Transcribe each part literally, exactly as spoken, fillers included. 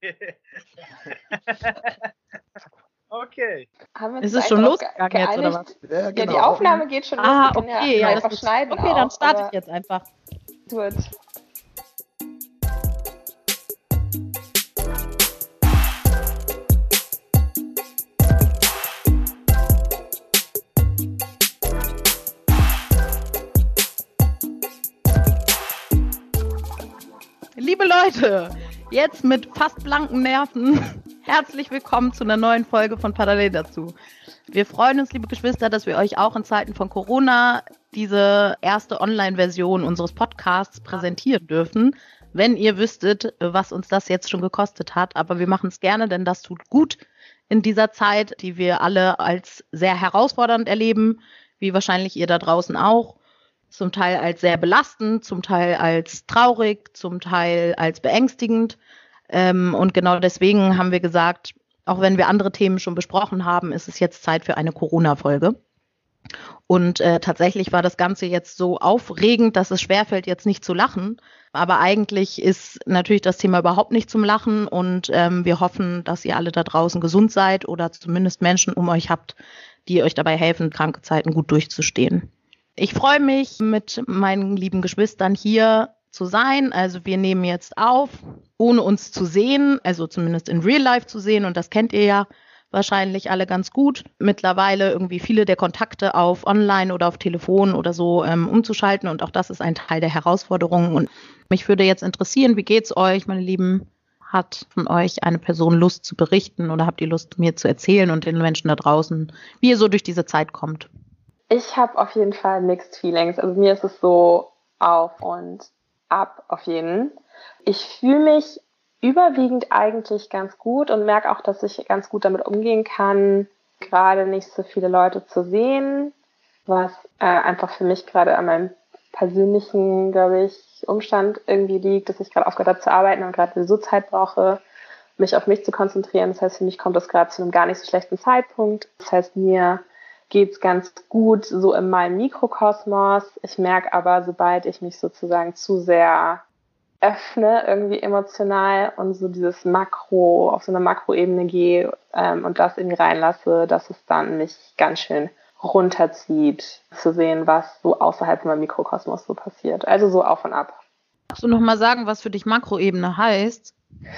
Okay. Haben wir Ist uns es schon eigentlich losgegangen jetzt, oder was? Ja, Ja, genau. die Aufnahme geht schon los. Ah, Wir können ja, okay, ja, einfach das ist, schneiden okay, dann auch, starte aber ich jetzt einfach. Gut. Liebe Leute, jetzt mit fast blanken Nerven, herzlich willkommen zu einer neuen Folge von Parallel dazu. Wir freuen uns, liebe Geschwister, dass wir euch auch in Zeiten von Corona diese erste Online-Version unseres Podcasts präsentieren dürfen. Wenn ihr wüsstet, was uns das jetzt schon gekostet hat, aber wir machen es gerne, denn das tut gut in dieser Zeit, die wir alle als sehr herausfordernd erleben, wie wahrscheinlich ihr da draußen auch. Zum Teil als sehr belastend, zum Teil als traurig, zum Teil als beängstigend. Ähm, und genau deswegen haben wir gesagt, auch wenn wir andere Themen schon besprochen haben, ist es jetzt Zeit für eine Corona-Folge. Und äh, tatsächlich war das Ganze jetzt so aufregend, dass es schwerfällt, jetzt nicht zu lachen. Aber eigentlich ist natürlich das Thema überhaupt nicht zum Lachen. Und ähm, wir hoffen, dass ihr alle da draußen gesund seid oder zumindest Menschen um euch habt, die euch dabei helfen, kranke Zeiten gut durchzustehen. Ich freue mich, mit meinen lieben Geschwistern hier zu sein. Also wir nehmen jetzt auf, ohne uns zu sehen, also zumindest in Real Life zu sehen. Und das kennt ihr ja wahrscheinlich alle ganz gut. Mittlerweile irgendwie viele der Kontakte auf Online oder auf Telefon oder so ähm, umzuschalten. Und auch das ist ein Teil der Herausforderungen. Und mich würde jetzt interessieren, wie geht's euch, meine Lieben? Hat von euch eine Person Lust zu berichten oder habt ihr Lust, mir zu erzählen und den Menschen da draußen, wie ihr so durch diese Zeit kommt? Ich habe auf jeden Fall Mixed Feelings. Also mir ist es so auf und ab auf jeden. Ich fühle mich überwiegend eigentlich ganz gut und merke auch, dass ich ganz gut damit umgehen kann, gerade nicht so viele Leute zu sehen, was äh, einfach für mich gerade an meinem persönlichen, glaube ich, Umstand irgendwie liegt, dass ich gerade aufgehört habe zu arbeiten und gerade so Zeit brauche, mich auf mich zu konzentrieren. Das heißt, für mich kommt das gerade zu einem gar nicht so schlechten Zeitpunkt. Das heißt, mir geht's ganz gut so in meinem Mikrokosmos. Ich merke aber, sobald ich mich sozusagen zu sehr öffne, irgendwie emotional und so dieses Makro, auf so eine Makroebene gehe ähm, und das irgendwie reinlasse, dass es dann mich ganz schön runterzieht, zu sehen, was so außerhalb von meinem Mikrokosmos so passiert. Also so auf und ab. Kannst du noch mal sagen, was für dich Makroebene heißt?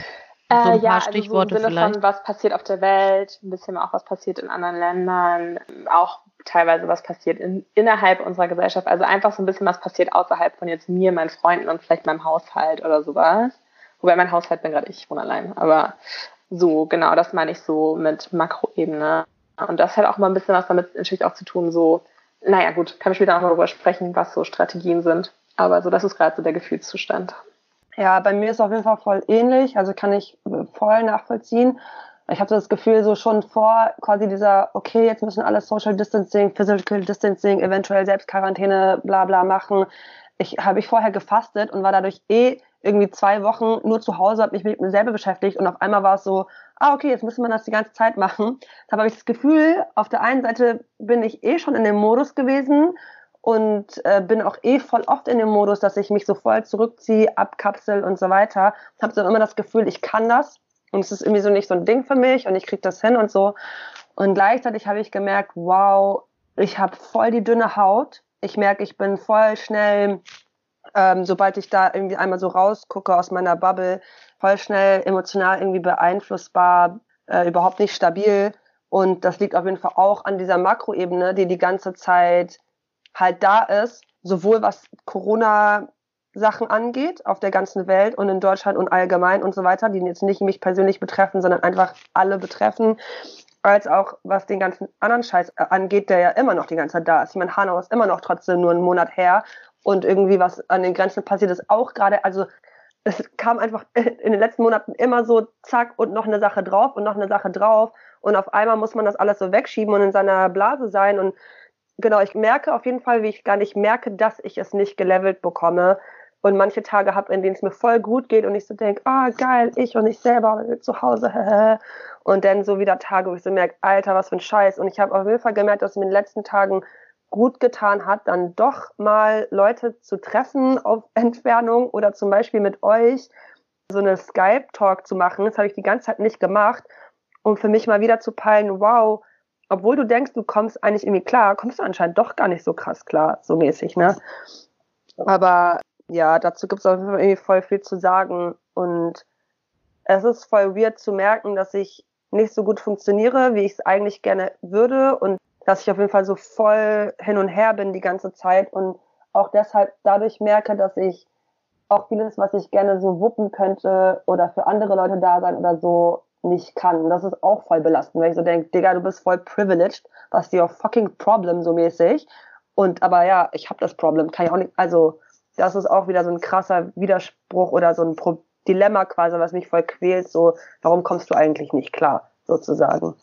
So ein äh, ja, paar also Stichworte so im Sinne vielleicht. von, was passiert auf der Welt, ein bisschen auch, was passiert in anderen Ländern, auch teilweise, was passiert in, innerhalb unserer Gesellschaft. Also einfach so ein bisschen, was passiert außerhalb von jetzt mir, meinen Freunden und vielleicht meinem Haushalt oder sowas. Wobei mein Haushalt bin gerade ich, ich wohne allein. Aber so, genau, das meine ich so mit Makroebene. Und das hat auch mal ein bisschen was damit natürlich auch zu tun, so, naja gut, kann ich später auch mal darüber sprechen, was so Strategien sind. Aber so, das ist gerade so der Gefühlszustand. Ja, bei mir ist es auf jeden Fall voll ähnlich, also kann ich voll nachvollziehen. Ich habe so das Gefühl, so schon vor quasi dieser, okay, jetzt müssen alle Social Distancing, Physical Distancing, eventuell Selbstquarantäne, bla bla machen. Ich habe ich vorher gefastet und war dadurch eh irgendwie zwei Wochen nur zu Hause, habe mich mit mir selber beschäftigt und auf einmal war es so, ah okay, jetzt müssen wir das die ganze Zeit machen. Da habe ich das Gefühl, auf der einen Seite bin ich eh schon in dem Modus gewesen, und äh, bin auch eh voll oft in dem Modus, dass ich mich so voll zurückziehe, abkapsel und so weiter. Ich habe dann immer das Gefühl, ich kann das und es ist irgendwie so nicht so ein Ding für mich und ich kriege das hin und so. Und gleichzeitig habe ich gemerkt, wow, ich habe voll die dünne Haut. Ich merke, ich bin voll schnell, ähm, sobald ich da irgendwie einmal so rausgucke aus meiner Bubble, voll schnell emotional irgendwie beeinflussbar, äh, überhaupt nicht stabil. Und das liegt auf jeden Fall auch an dieser Makroebene, die die ganze Zeit halt da ist, sowohl was Corona-Sachen angeht, auf der ganzen Welt und in Deutschland und allgemein und so weiter, die jetzt nicht mich persönlich betreffen, sondern einfach alle betreffen, als auch was den ganzen anderen Scheiß angeht, der ja immer noch die ganze Zeit da ist. Ich meine, Hanau ist immer noch trotzdem nur einen Monat her und irgendwie was an den Grenzen passiert ist auch gerade, also es kam einfach in den letzten Monaten immer so zack und noch eine Sache drauf und noch eine Sache drauf und auf einmal muss man das alles so wegschieben und in seiner Blase sein und genau, ich merke auf jeden Fall, wie ich gar nicht merke, dass ich es nicht gelevelt bekomme und manche Tage habe, in denen es mir voll gut geht und ich so denke, ah geil, ich und ich selber zu Hause und dann so wieder Tage, wo ich so merke, Alter, was für ein Scheiß und ich habe auf jeden Fall gemerkt, dass es mir in den letzten Tagen gut getan hat, dann doch mal Leute zu treffen auf Entfernung oder zum Beispiel mit euch so eine Skype-Talk zu machen. Das habe ich die ganze Zeit nicht gemacht, um für mich mal wieder zu peilen, wow, obwohl du denkst, du kommst eigentlich irgendwie klar, kommst du anscheinend doch gar nicht so krass klar, so mäßig, ne? Aber ja, dazu gibt es auch irgendwie voll viel zu sagen und es ist voll weird zu merken, dass ich nicht so gut funktioniere, wie ich es eigentlich gerne würde und dass ich auf jeden Fall so voll hin und her bin die ganze Zeit und auch deshalb dadurch merke, dass ich auch vieles, was ich gerne so wuppen könnte oder für andere Leute da sein oder so, nicht kann. Und das ist auch voll belastend, weil ich so denke, Digga, du bist voll privileged, was your fucking problem so mäßig. Und aber ja, ich habe das Problem, kann ich auch nicht, also das ist auch wieder so ein krasser Widerspruch oder so ein Pro- Dilemma quasi, was mich voll quält, so, warum kommst du eigentlich nicht klar, sozusagen.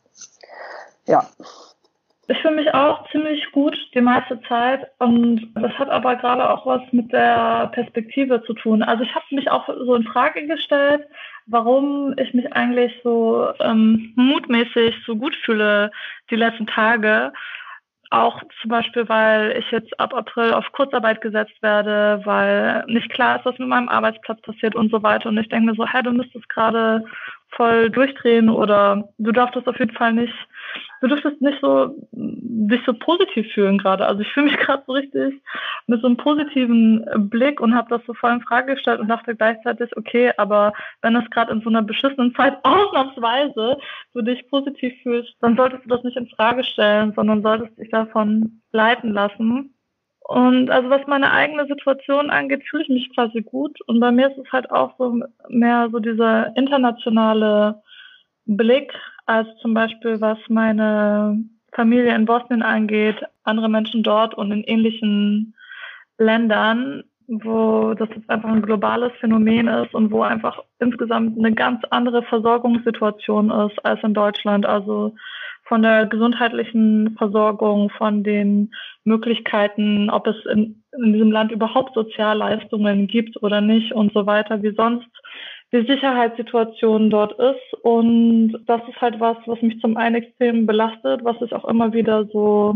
Ja. Ich fühle mich auch ziemlich gut die meiste Zeit und das hat aber gerade auch was mit der Perspektive zu tun. Also ich habe mich auch so in Frage gestellt, warum ich mich eigentlich so ähm, mutmäßig so gut fühle die letzten Tage. Auch zum Beispiel, weil ich jetzt ab April auf Kurzarbeit gesetzt werde, weil nicht klar ist, was mit meinem Arbeitsplatz passiert und so weiter. Und ich denke mir so, hey, du müsstest gerade voll durchdrehen oder du darfst auf jeden Fall nicht, du dürftest nicht so dich so positiv fühlen gerade. Also ich fühle mich gerade so richtig mit so einem positiven Blick und habe das so voll in Frage gestellt und dachte gleichzeitig, okay, aber wenn es gerade in so einer beschissenen Zeit ausnahmsweise du dich positiv fühlst, dann solltest du das nicht in Frage stellen, sondern solltest dich davon leiten lassen. Und also was meine eigene Situation angeht, fühle ich mich quasi gut. Und bei mir ist es halt auch so mehr so dieser internationale Blick, als zum Beispiel was meine Familie in Bosnien angeht, andere Menschen dort und in ähnlichen Ländern, wo das jetzt einfach ein globales Phänomen ist und wo einfach insgesamt eine ganz andere Versorgungssituation ist als in Deutschland. Also von der gesundheitlichen Versorgung, von den Möglichkeiten, ob es in, in diesem Land überhaupt Sozialleistungen gibt oder nicht und so weiter, wie sonst die Sicherheitssituation dort ist. Und das ist halt was, was mich zum einen extrem belastet, was ich auch immer wieder so,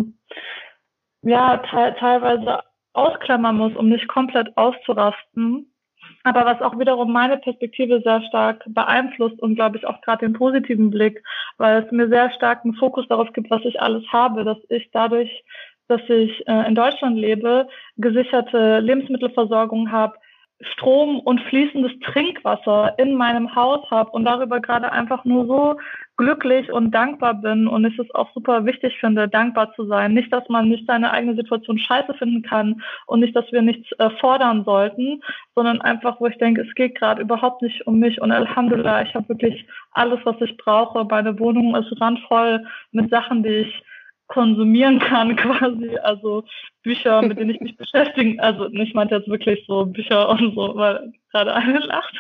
ja, te- teilweise ausklammern muss, um nicht komplett auszurasten. Aber was auch wiederum meine Perspektive sehr stark beeinflusst und, glaube ich, auch gerade den positiven Blick, weil es mir sehr stark einen Fokus darauf gibt, was ich alles habe, dass ich dadurch, dass ich äh, in Deutschland lebe, gesicherte Lebensmittelversorgung habe, Strom und fließendes Trinkwasser in meinem Haus habe und darüber gerade einfach nur so glücklich und dankbar bin und ich es auch super wichtig finde, dankbar zu sein. Nicht, dass man nicht seine eigene Situation scheiße finden kann und nicht, dass wir nichts äh, fordern sollten, sondern einfach, wo ich denke, es geht gerade überhaupt nicht um mich und Alhamdulillah, ich habe wirklich alles, was ich brauche. Meine Wohnung ist randvoll mit Sachen, die ich konsumieren kann quasi, also Bücher, mit denen ich mich beschäftigen, also ich meinte jetzt wirklich so Bücher und so, weil gerade eine lacht.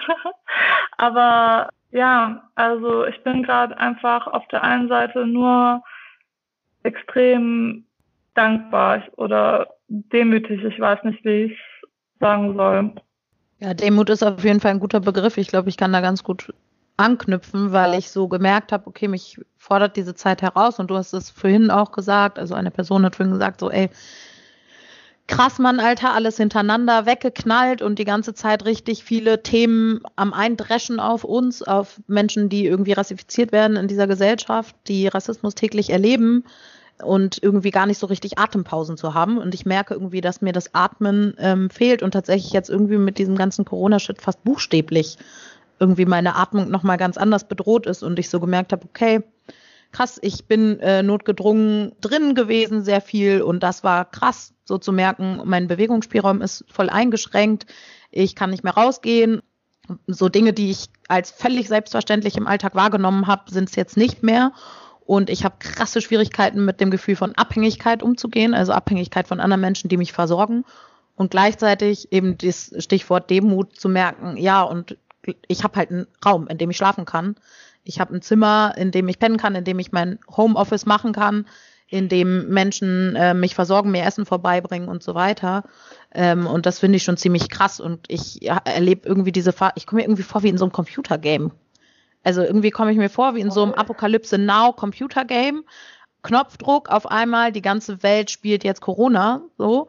Aber ja, also ich bin gerade einfach auf der einen Seite nur extrem dankbar oder demütig, ich weiß nicht, wie ich es sagen soll. Ja, Demut ist auf jeden Fall ein guter Begriff. Ich glaube, ich kann da ganz gut anknüpfen, weil ich so gemerkt habe, okay, mich fordert diese Zeit heraus und du hast es vorhin auch gesagt, also eine Person hat vorhin gesagt, so ey, krass Mann, Alter, alles hintereinander weggeknallt und die ganze Zeit richtig viele Themen am Eindreschen auf uns, auf Menschen, die irgendwie rassifiziert werden in dieser Gesellschaft, die Rassismus täglich erleben und irgendwie gar nicht so richtig Atempausen zu haben und ich merke irgendwie, dass mir das Atmen ähm, fehlt und tatsächlich jetzt irgendwie mit diesem ganzen Corona-Shit fast buchstäblich irgendwie meine Atmung nochmal ganz anders bedroht ist und ich so gemerkt habe, okay, krass, ich bin äh, notgedrungen drin gewesen, sehr viel und das war krass, so zu merken, mein Bewegungsspielraum ist voll eingeschränkt, ich kann nicht mehr rausgehen, so Dinge, die ich als völlig selbstverständlich im Alltag wahrgenommen habe, sind es jetzt nicht mehr und ich habe krasse Schwierigkeiten mit dem Gefühl von Abhängigkeit umzugehen, also Abhängigkeit von anderen Menschen, die mich versorgen und gleichzeitig eben das Stichwort Demut zu merken, ja und ich habe halt einen Raum, in dem ich schlafen kann. Ich habe ein Zimmer, in dem ich pennen kann, in dem ich mein Homeoffice machen kann, in dem Menschen äh, mich versorgen, mir Essen vorbeibringen und so weiter. Ähm, und das finde ich schon ziemlich krass. Und ich ja, erlebe irgendwie diese Fahrt, ich komme mir irgendwie vor wie in so einem Computergame. Also irgendwie komme ich mir vor wie in so einem Apokalypse Now Computergame. Knopfdruck auf einmal, die ganze Welt spielt jetzt Corona, so.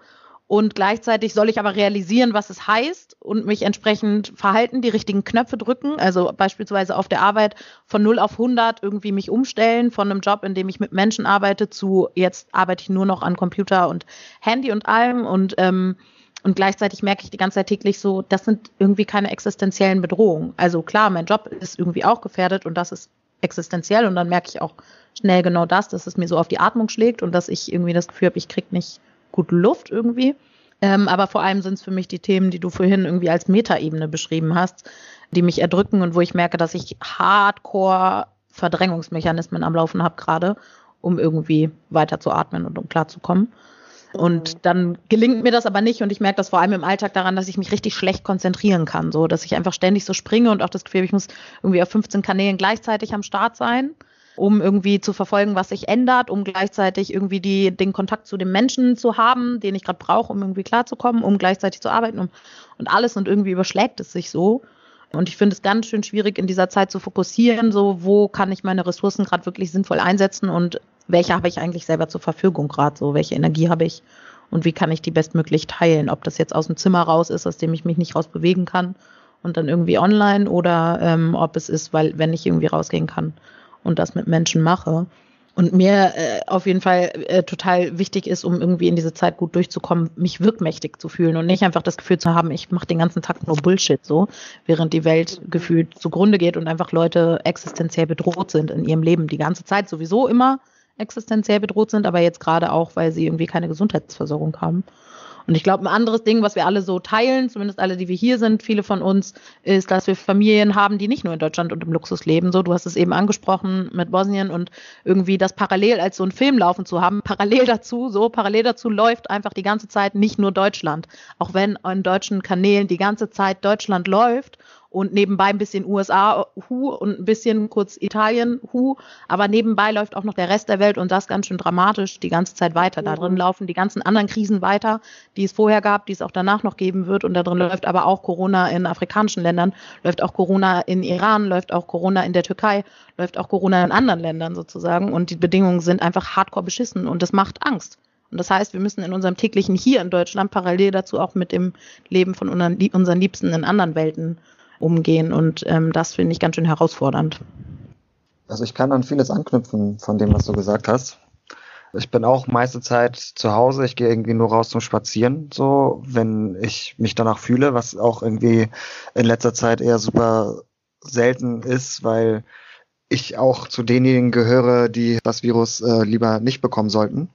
Und gleichzeitig soll ich aber realisieren, was es heißt und mich entsprechend verhalten, die richtigen Knöpfe drücken. Also beispielsweise auf der Arbeit von null auf hundert irgendwie mich umstellen von einem Job, in dem ich mit Menschen arbeite, zu jetzt arbeite ich nur noch an Computer und Handy und allem. Und, ähm, und gleichzeitig merke ich die ganze Zeit täglich so, das sind irgendwie keine existenziellen Bedrohungen. Also klar, mein Job ist irgendwie auch gefährdet und das ist existenziell. Und dann merke ich auch schnell genau das, dass es mir so auf die Atmung schlägt und dass ich irgendwie das Gefühl habe, ich kriege nicht gut Luft irgendwie. Ähm, aber vor allem sind es für mich die Themen, die du vorhin irgendwie als Metaebene beschrieben hast, die mich erdrücken und wo ich merke, dass ich hardcore Verdrängungsmechanismen am Laufen habe gerade, um irgendwie weiter zu atmen und um klarzukommen. Und dann gelingt mir das aber nicht und ich merke das vor allem im Alltag daran, dass ich mich richtig schlecht konzentrieren kann, so dass ich einfach ständig so springe und auch das Gefühl habe, ich muss irgendwie auf fünfzehn Kanälen gleichzeitig am Start sein, um irgendwie zu verfolgen, was sich ändert, um gleichzeitig irgendwie die, den Kontakt zu den Menschen zu haben, den ich gerade brauche, um irgendwie klarzukommen, um gleichzeitig zu arbeiten um, und alles und irgendwie überschlägt es sich so. Und ich finde es ganz schön schwierig, in dieser Zeit zu fokussieren, so wo kann ich meine Ressourcen gerade wirklich sinnvoll einsetzen und welche habe ich eigentlich selber zur Verfügung gerade, so welche Energie habe ich und wie kann ich die bestmöglich teilen, ob das jetzt aus dem Zimmer raus ist, aus dem ich mich nicht raus bewegen kann und dann irgendwie online oder ähm, ob es ist, weil wenn ich irgendwie rausgehen kann und das mit Menschen mache. Und mir äh, auf jeden Fall äh, total wichtig ist, um irgendwie in diese Zeit gut durchzukommen, mich wirkmächtig zu fühlen und nicht einfach das Gefühl zu haben, ich mache den ganzen Tag nur Bullshit so, während die Welt gefühlt zugrunde geht und einfach Leute existenziell bedroht sind in ihrem Leben. Die ganze Zeit sowieso immer existenziell bedroht sind, aber jetzt gerade auch, weil sie irgendwie keine Gesundheitsversorgung haben. Und ich glaube, ein anderes Ding, was wir alle so teilen, zumindest alle, die wir hier sind, viele von uns, ist, dass wir Familien haben, die nicht nur in Deutschland und im Luxus leben. So, du hast es eben angesprochen mit Bosnien und irgendwie das parallel als so ein Film laufen zu haben. Parallel dazu, so parallel dazu läuft einfach die ganze Zeit nicht nur Deutschland. Auch wenn in deutschen Kanälen die ganze Zeit Deutschland läuft und nebenbei ein bisschen U S A, Hu, und ein bisschen kurz Italien, Hu, aber nebenbei läuft auch noch der Rest der Welt und das ganz schön dramatisch die ganze Zeit weiter. Da drin laufen die ganzen anderen Krisen weiter, die es vorher gab, die es auch danach noch geben wird und da drin läuft aber auch Corona in afrikanischen Ländern, läuft auch Corona in Iran, läuft auch Corona in der Türkei, läuft auch Corona in anderen Ländern sozusagen und die Bedingungen sind einfach hardcore beschissen und das macht Angst. Und das heißt, wir müssen in unserem täglichen hier in Deutschland parallel dazu auch mit dem Leben von unseren Liebsten in anderen Welten umgehen und ähm, das finde ich ganz schön herausfordernd. Also ich kann an vieles anknüpfen von dem, was du gesagt hast. Ich bin auch meiste Zeit zu Hause, ich gehe irgendwie nur raus zum Spazieren, so, wenn ich mich danach fühle, was auch irgendwie in letzter Zeit eher super selten ist, weil ich auch zu denjenigen gehöre, die das Virus äh, lieber nicht bekommen sollten.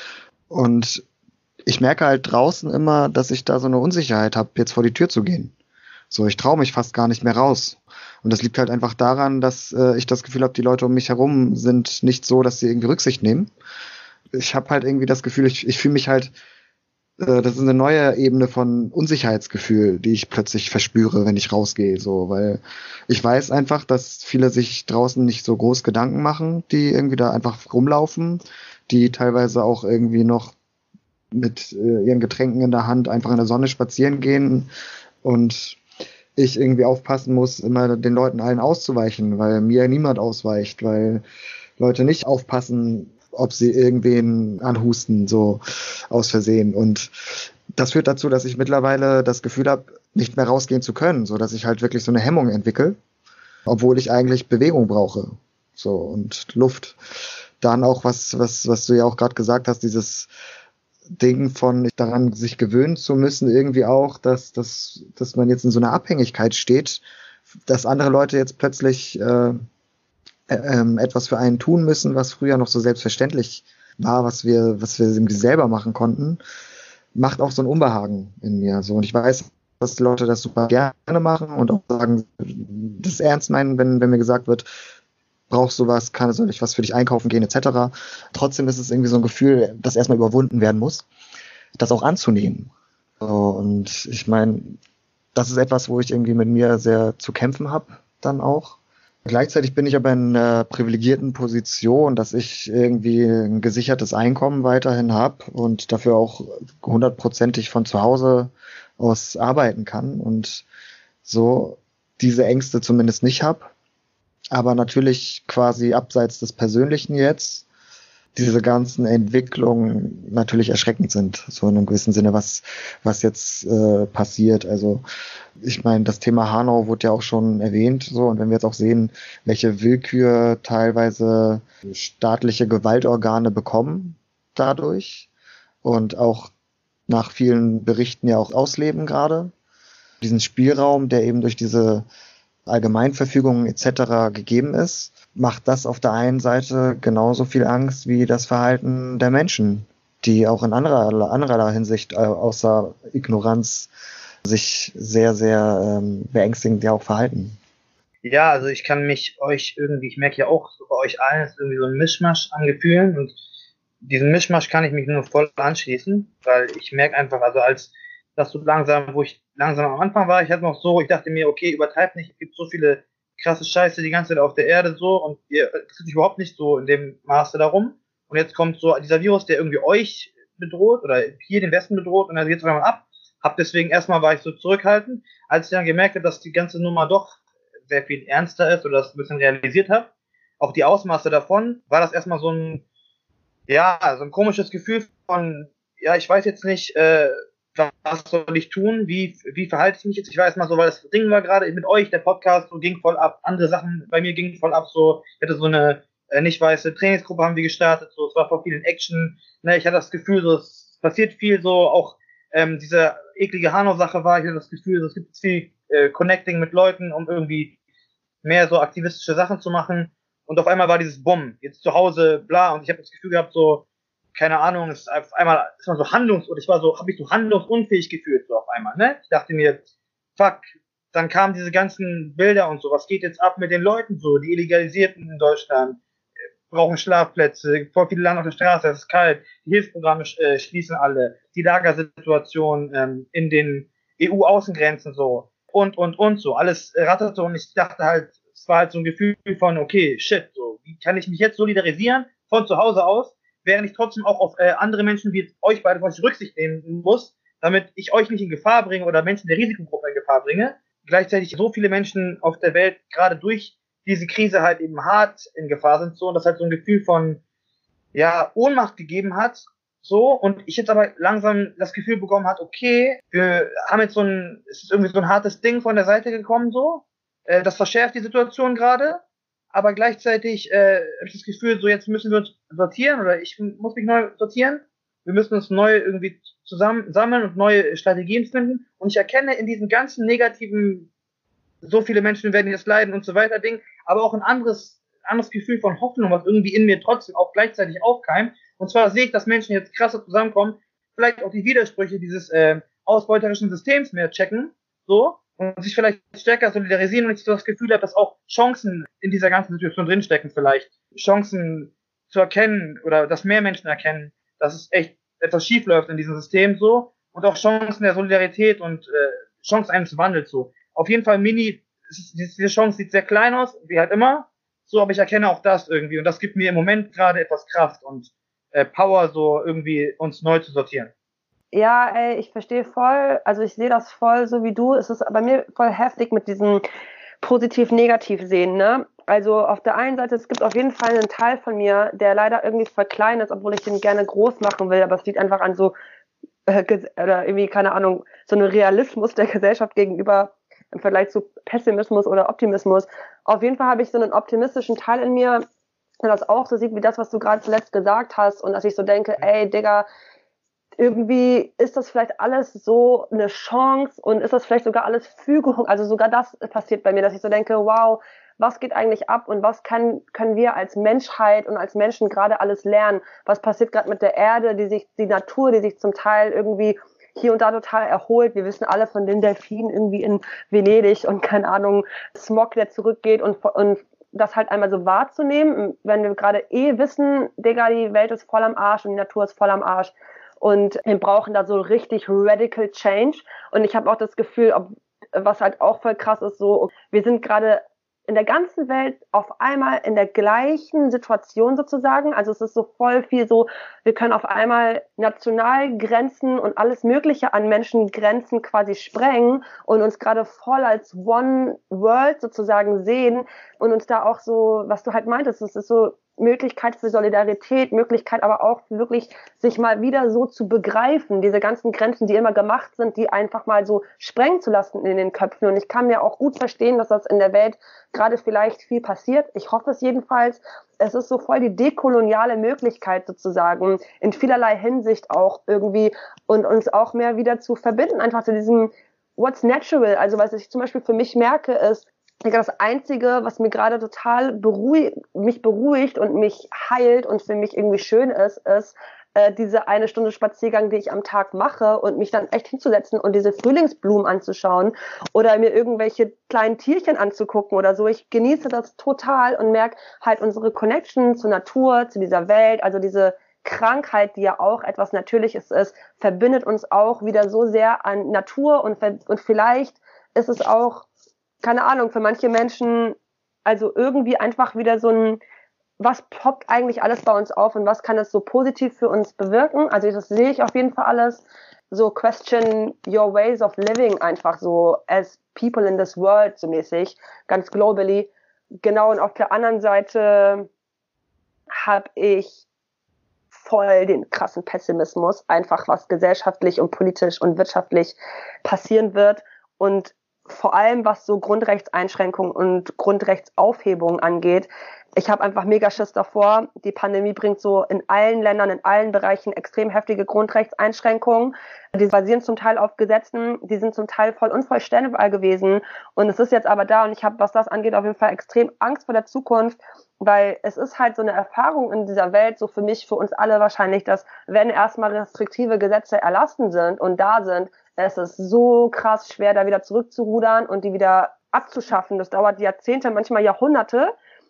Und ich merke halt draußen immer, dass ich da so eine Unsicherheit habe, jetzt vor die Tür zu gehen. So, ich traue mich fast gar nicht mehr raus. Und das liegt halt einfach daran, dass äh, ich das Gefühl habe, die Leute um mich herum sind nicht so, dass sie irgendwie Rücksicht nehmen. Ich habe halt irgendwie das Gefühl, ich, ich fühle mich halt, äh, das ist eine neue Ebene von Unsicherheitsgefühl, die ich plötzlich verspüre, wenn ich rausgehe. So, weil ich weiß einfach, dass viele sich draußen nicht so groß Gedanken machen, die irgendwie da einfach rumlaufen, die teilweise auch irgendwie noch mit äh, ihren Getränken in der Hand einfach in der Sonne spazieren gehen und ich irgendwie aufpassen muss, immer den Leuten allen auszuweichen, weil mir niemand ausweicht, weil Leute nicht aufpassen, ob sie irgendwen anhusten, so aus Versehen. Und das führt dazu, dass ich mittlerweile das Gefühl habe, nicht mehr rausgehen zu können, so dass ich halt wirklich so eine Hemmung entwickle, obwohl ich eigentlich Bewegung brauche, so, und Luft. Dann auch was, was, was du ja auch gerade gesagt hast, dieses Ding von daran sich gewöhnen zu müssen, irgendwie auch, dass, dass, dass man jetzt in so einer Abhängigkeit steht, dass andere Leute jetzt plötzlich äh, äh, etwas für einen tun müssen, was früher noch so selbstverständlich war, was wir, was wir irgendwie selber machen konnten, macht auch so ein Unbehagen in mir. So, und ich weiß, dass die Leute das super gerne machen und auch sagen, das ernst meinen, wenn, wenn mir gesagt wird, brauchst du was, kann soll ich was für dich einkaufen gehen, et cetera. Trotzdem ist es irgendwie so ein Gefühl, das erstmal überwunden werden muss, das auch anzunehmen. So, und ich meine, das ist etwas, wo ich irgendwie mit mir sehr zu kämpfen habe, dann auch. Gleichzeitig bin ich aber in einer privilegierten Position, dass ich irgendwie ein gesichertes Einkommen weiterhin habe und dafür auch hundertprozentig von zu Hause aus arbeiten kann und so diese Ängste zumindest nicht habe. Aber natürlich quasi abseits des Persönlichen jetzt diese ganzen Entwicklungen natürlich erschreckend sind, so in einem gewissen Sinne, was, was jetzt äh, passiert. Also ich meine, das Thema Hanau wurde ja auch schon erwähnt, so, und wenn wir jetzt auch sehen, welche Willkür teilweise staatliche Gewaltorgane bekommen dadurch und auch nach vielen Berichten ja auch ausleben gerade, diesen Spielraum, der eben durch diese Allgemeinverfügungen et cetera gegeben ist, macht das auf der einen Seite genauso viel Angst wie das Verhalten der Menschen, die auch in anderer, anderer Hinsicht, äh, außer Ignoranz, sich sehr, sehr ähm, beängstigend ja auch verhalten. Ja, also ich kann mich euch irgendwie, ich merke ja auch, so bei euch allen ist irgendwie so ein Mischmasch an Gefühlen, und diesen Mischmasch kann ich mich nur voll anschließen, weil ich merke einfach, also als das so langsam, wo ich langsam am Anfang war, ich hatte noch so, ich dachte mir, okay, übertreibt nicht, es gibt so viele krasse Scheiße die ganze Zeit auf der Erde so, und ihr tut sich überhaupt nicht so in dem Maße darum. Und jetzt kommt so dieser Virus, der irgendwie euch bedroht oder hier den Westen bedroht, und dann geht es einmal ab. Hab deswegen erstmal war ich so zurückhaltend, als ich dann gemerkt habe, dass die ganze Nummer doch sehr viel ernster ist oder das ein bisschen realisiert habe. Auch die Ausmaße davon, war das erstmal so ein, ja, so ein komisches Gefühl von, ja, ich weiß jetzt nicht, äh, was soll ich tun, wie, wie verhalte ich mich jetzt, ich weiß mal so, weil das Ding war gerade mit euch, der Podcast so ging voll ab, andere Sachen bei mir gingen voll ab, so, ich hatte so eine äh, nicht weiße Trainingsgruppe haben wir gestartet, so, es war voll viel in Action, ne, ich hatte das Gefühl, so, es passiert viel, so, auch ähm, diese eklige Hanau-Sache war, ich hatte das Gefühl, so, es gibt viel äh, Connecting mit Leuten, um irgendwie mehr so aktivistische Sachen zu machen, und auf einmal war dieses Bumm, jetzt zu Hause, bla, und ich habe das Gefühl gehabt, so, keine Ahnung, es ist auf einmal ist man so handlungs- oder ich war so, habe mich so handlungsunfähig gefühlt, so auf einmal, ne? Ich dachte mir, fuck, dann kamen diese ganzen Bilder und so, was geht jetzt ab mit den Leuten so, die Illegalisierten in Deutschland, brauchen Schlafplätze, voll viele landen auf der Straße, es ist kalt, die Hilfsprogramme äh, schließen alle, die Lagersituation ähm, in den E U-Außengrenzen so, und, und, und so, alles ratterte, und ich dachte halt, es war halt so ein Gefühl von, okay, shit, so, wie kann ich mich jetzt solidarisieren von zu Hause aus, während ich trotzdem auch auf äh, andere Menschen wie jetzt euch beide was Rücksicht nehmen muss, damit ich euch nicht in Gefahr bringe oder Menschen der Risikogruppe in Gefahr bringe. Gleichzeitig so viele Menschen auf der Welt gerade durch diese Krise halt eben hart in Gefahr sind, so, und das halt so ein Gefühl von, ja, Ohnmacht gegeben hat, so, und ich jetzt aber langsam das Gefühl bekommen hat, okay, wir haben jetzt so ein, es ist irgendwie so ein hartes Ding von der Seite gekommen, so, äh, das verschärft die Situation gerade, aber gleichzeitig äh, habe ich das Gefühl, so jetzt müssen wir uns sortieren, oder ich muss mich neu sortieren. Wir müssen uns neu irgendwie zusammen sammeln und neue Strategien finden. Und ich erkenne in diesem ganzen negativen, so viele Menschen werden jetzt leiden und so weiter Ding, aber auch ein anderes, anderes Gefühl von Hoffnung, was irgendwie in mir trotzdem auch gleichzeitig aufkeimt. Und zwar sehe ich, dass Menschen jetzt krasser zusammenkommen, vielleicht auch die Widersprüche dieses äh, ausbeuterischen Systems mehr checken, so, und sich vielleicht stärker solidarisieren, und ich so das Gefühl habe, dass auch Chancen in dieser ganzen Situation drinstecken, vielleicht Chancen zu erkennen oder dass mehr Menschen erkennen, dass es echt etwas schief läuft in diesem System so, und auch Chancen der Solidarität und äh, Chancen eines Wandels so. Auf jeden Fall Mini, diese Chance sieht sehr klein aus, wie halt immer, so, aber ich erkenne auch das irgendwie, und das gibt mir im Moment gerade etwas Kraft und äh, Power, so irgendwie uns neu zu sortieren. Ja, ey, ich verstehe voll, also ich sehe das voll so wie du. Es ist bei mir voll heftig mit diesem positiv-negativ sehen, ne? Also auf der einen Seite, es gibt auf jeden Fall einen Teil von mir, der leider irgendwie voll klein ist, obwohl ich den gerne groß machen will, aber es liegt einfach an so, äh, oder irgendwie, keine Ahnung, so einem Realismus der Gesellschaft gegenüber im Vergleich zu Pessimismus oder Optimismus. Auf jeden Fall habe ich so einen optimistischen Teil in mir, der das auch so sieht, wie das, was du gerade zuletzt gesagt hast, und dass ich so denke, ey, Digga, irgendwie ist das vielleicht alles so eine Chance, und ist das vielleicht sogar alles Fügung, also sogar das passiert bei mir, dass ich so denke, wow, was geht eigentlich ab und was kann, können wir als Menschheit und als Menschen gerade alles lernen? Was passiert gerade mit der Erde, die sich, die Natur, die sich zum Teil irgendwie hier und da total erholt. Wir wissen alle von den Delfinen irgendwie in Venedig und keine Ahnung, Smog, der zurückgeht, und, und das halt einmal so wahrzunehmen, wenn wir gerade eh wissen, Digga, die Welt ist voll am Arsch und die Natur ist voll am Arsch. Und wir brauchen da so richtig radical change. Und ich habe auch das Gefühl, ob, was halt auch voll krass ist, so, wir sind gerade in der ganzen Welt auf einmal in der gleichen Situation sozusagen. Also es ist so voll viel so, wir können auf einmal Nationalgrenzen und alles Mögliche an Menschengrenzen quasi sprengen und uns gerade voll als One World sozusagen sehen und uns da auch so, was du halt meintest, es ist so Möglichkeit für Solidarität, Möglichkeit aber auch wirklich sich mal wieder so zu begreifen, diese ganzen Grenzen, die immer gemacht sind, die einfach mal so sprengen zu lassen in den Köpfen. Und ich kann mir auch gut verstehen, dass das in der Welt gerade vielleicht viel passiert. Ich hoffe es jedenfalls. Es ist so voll die dekoloniale Möglichkeit sozusagen, in vielerlei Hinsicht auch irgendwie und uns auch mehr wieder zu verbinden, einfach zu diesem What's natural. Also was ich zum Beispiel für mich merke, ist, das Einzige, was mir gerade total beruhigt, mich beruhigt und mich heilt und für mich irgendwie schön ist, ist äh, diese eine Stunde Spaziergang, die ich am Tag mache und mich dann echt hinzusetzen und diese Frühlingsblumen anzuschauen oder mir irgendwelche kleinen Tierchen anzugucken oder so. Ich genieße das total und merke halt unsere Connection zur Natur, zu dieser Welt, also diese Krankheit, die ja auch etwas Natürliches ist, verbindet uns auch wieder so sehr an Natur und, und vielleicht ist es auch, keine Ahnung, für manche Menschen, also irgendwie einfach wieder so ein, was poppt eigentlich alles bei uns auf und was kann es so positiv für uns bewirken? Also das sehe ich auf jeden Fall alles. So question your ways of living einfach so as people in this world so mäßig, ganz globally. Genau, und auf der anderen Seite habe ich voll den krassen Pessimismus, einfach was gesellschaftlich und politisch und wirtschaftlich passieren wird und vor allem was so Grundrechtseinschränkungen und Grundrechtsaufhebungen angeht. Ich habe einfach mega Schiss davor. Die Pandemie bringt so in allen Ländern, in allen Bereichen extrem heftige Grundrechtseinschränkungen. Die basieren zum Teil auf Gesetzen, die sind zum Teil voll unvollständig gewesen. Und es ist jetzt aber da und ich habe, was das angeht, auf jeden Fall extrem Angst vor der Zukunft, weil es ist halt so eine Erfahrung in dieser Welt, so für mich, für uns alle wahrscheinlich, dass wenn erstmal restriktive Gesetze erlassen sind und da sind, es ist so krass schwer, da wieder zurückzurudern und die wieder abzuschaffen. Das dauert Jahrzehnte, manchmal Jahrhunderte.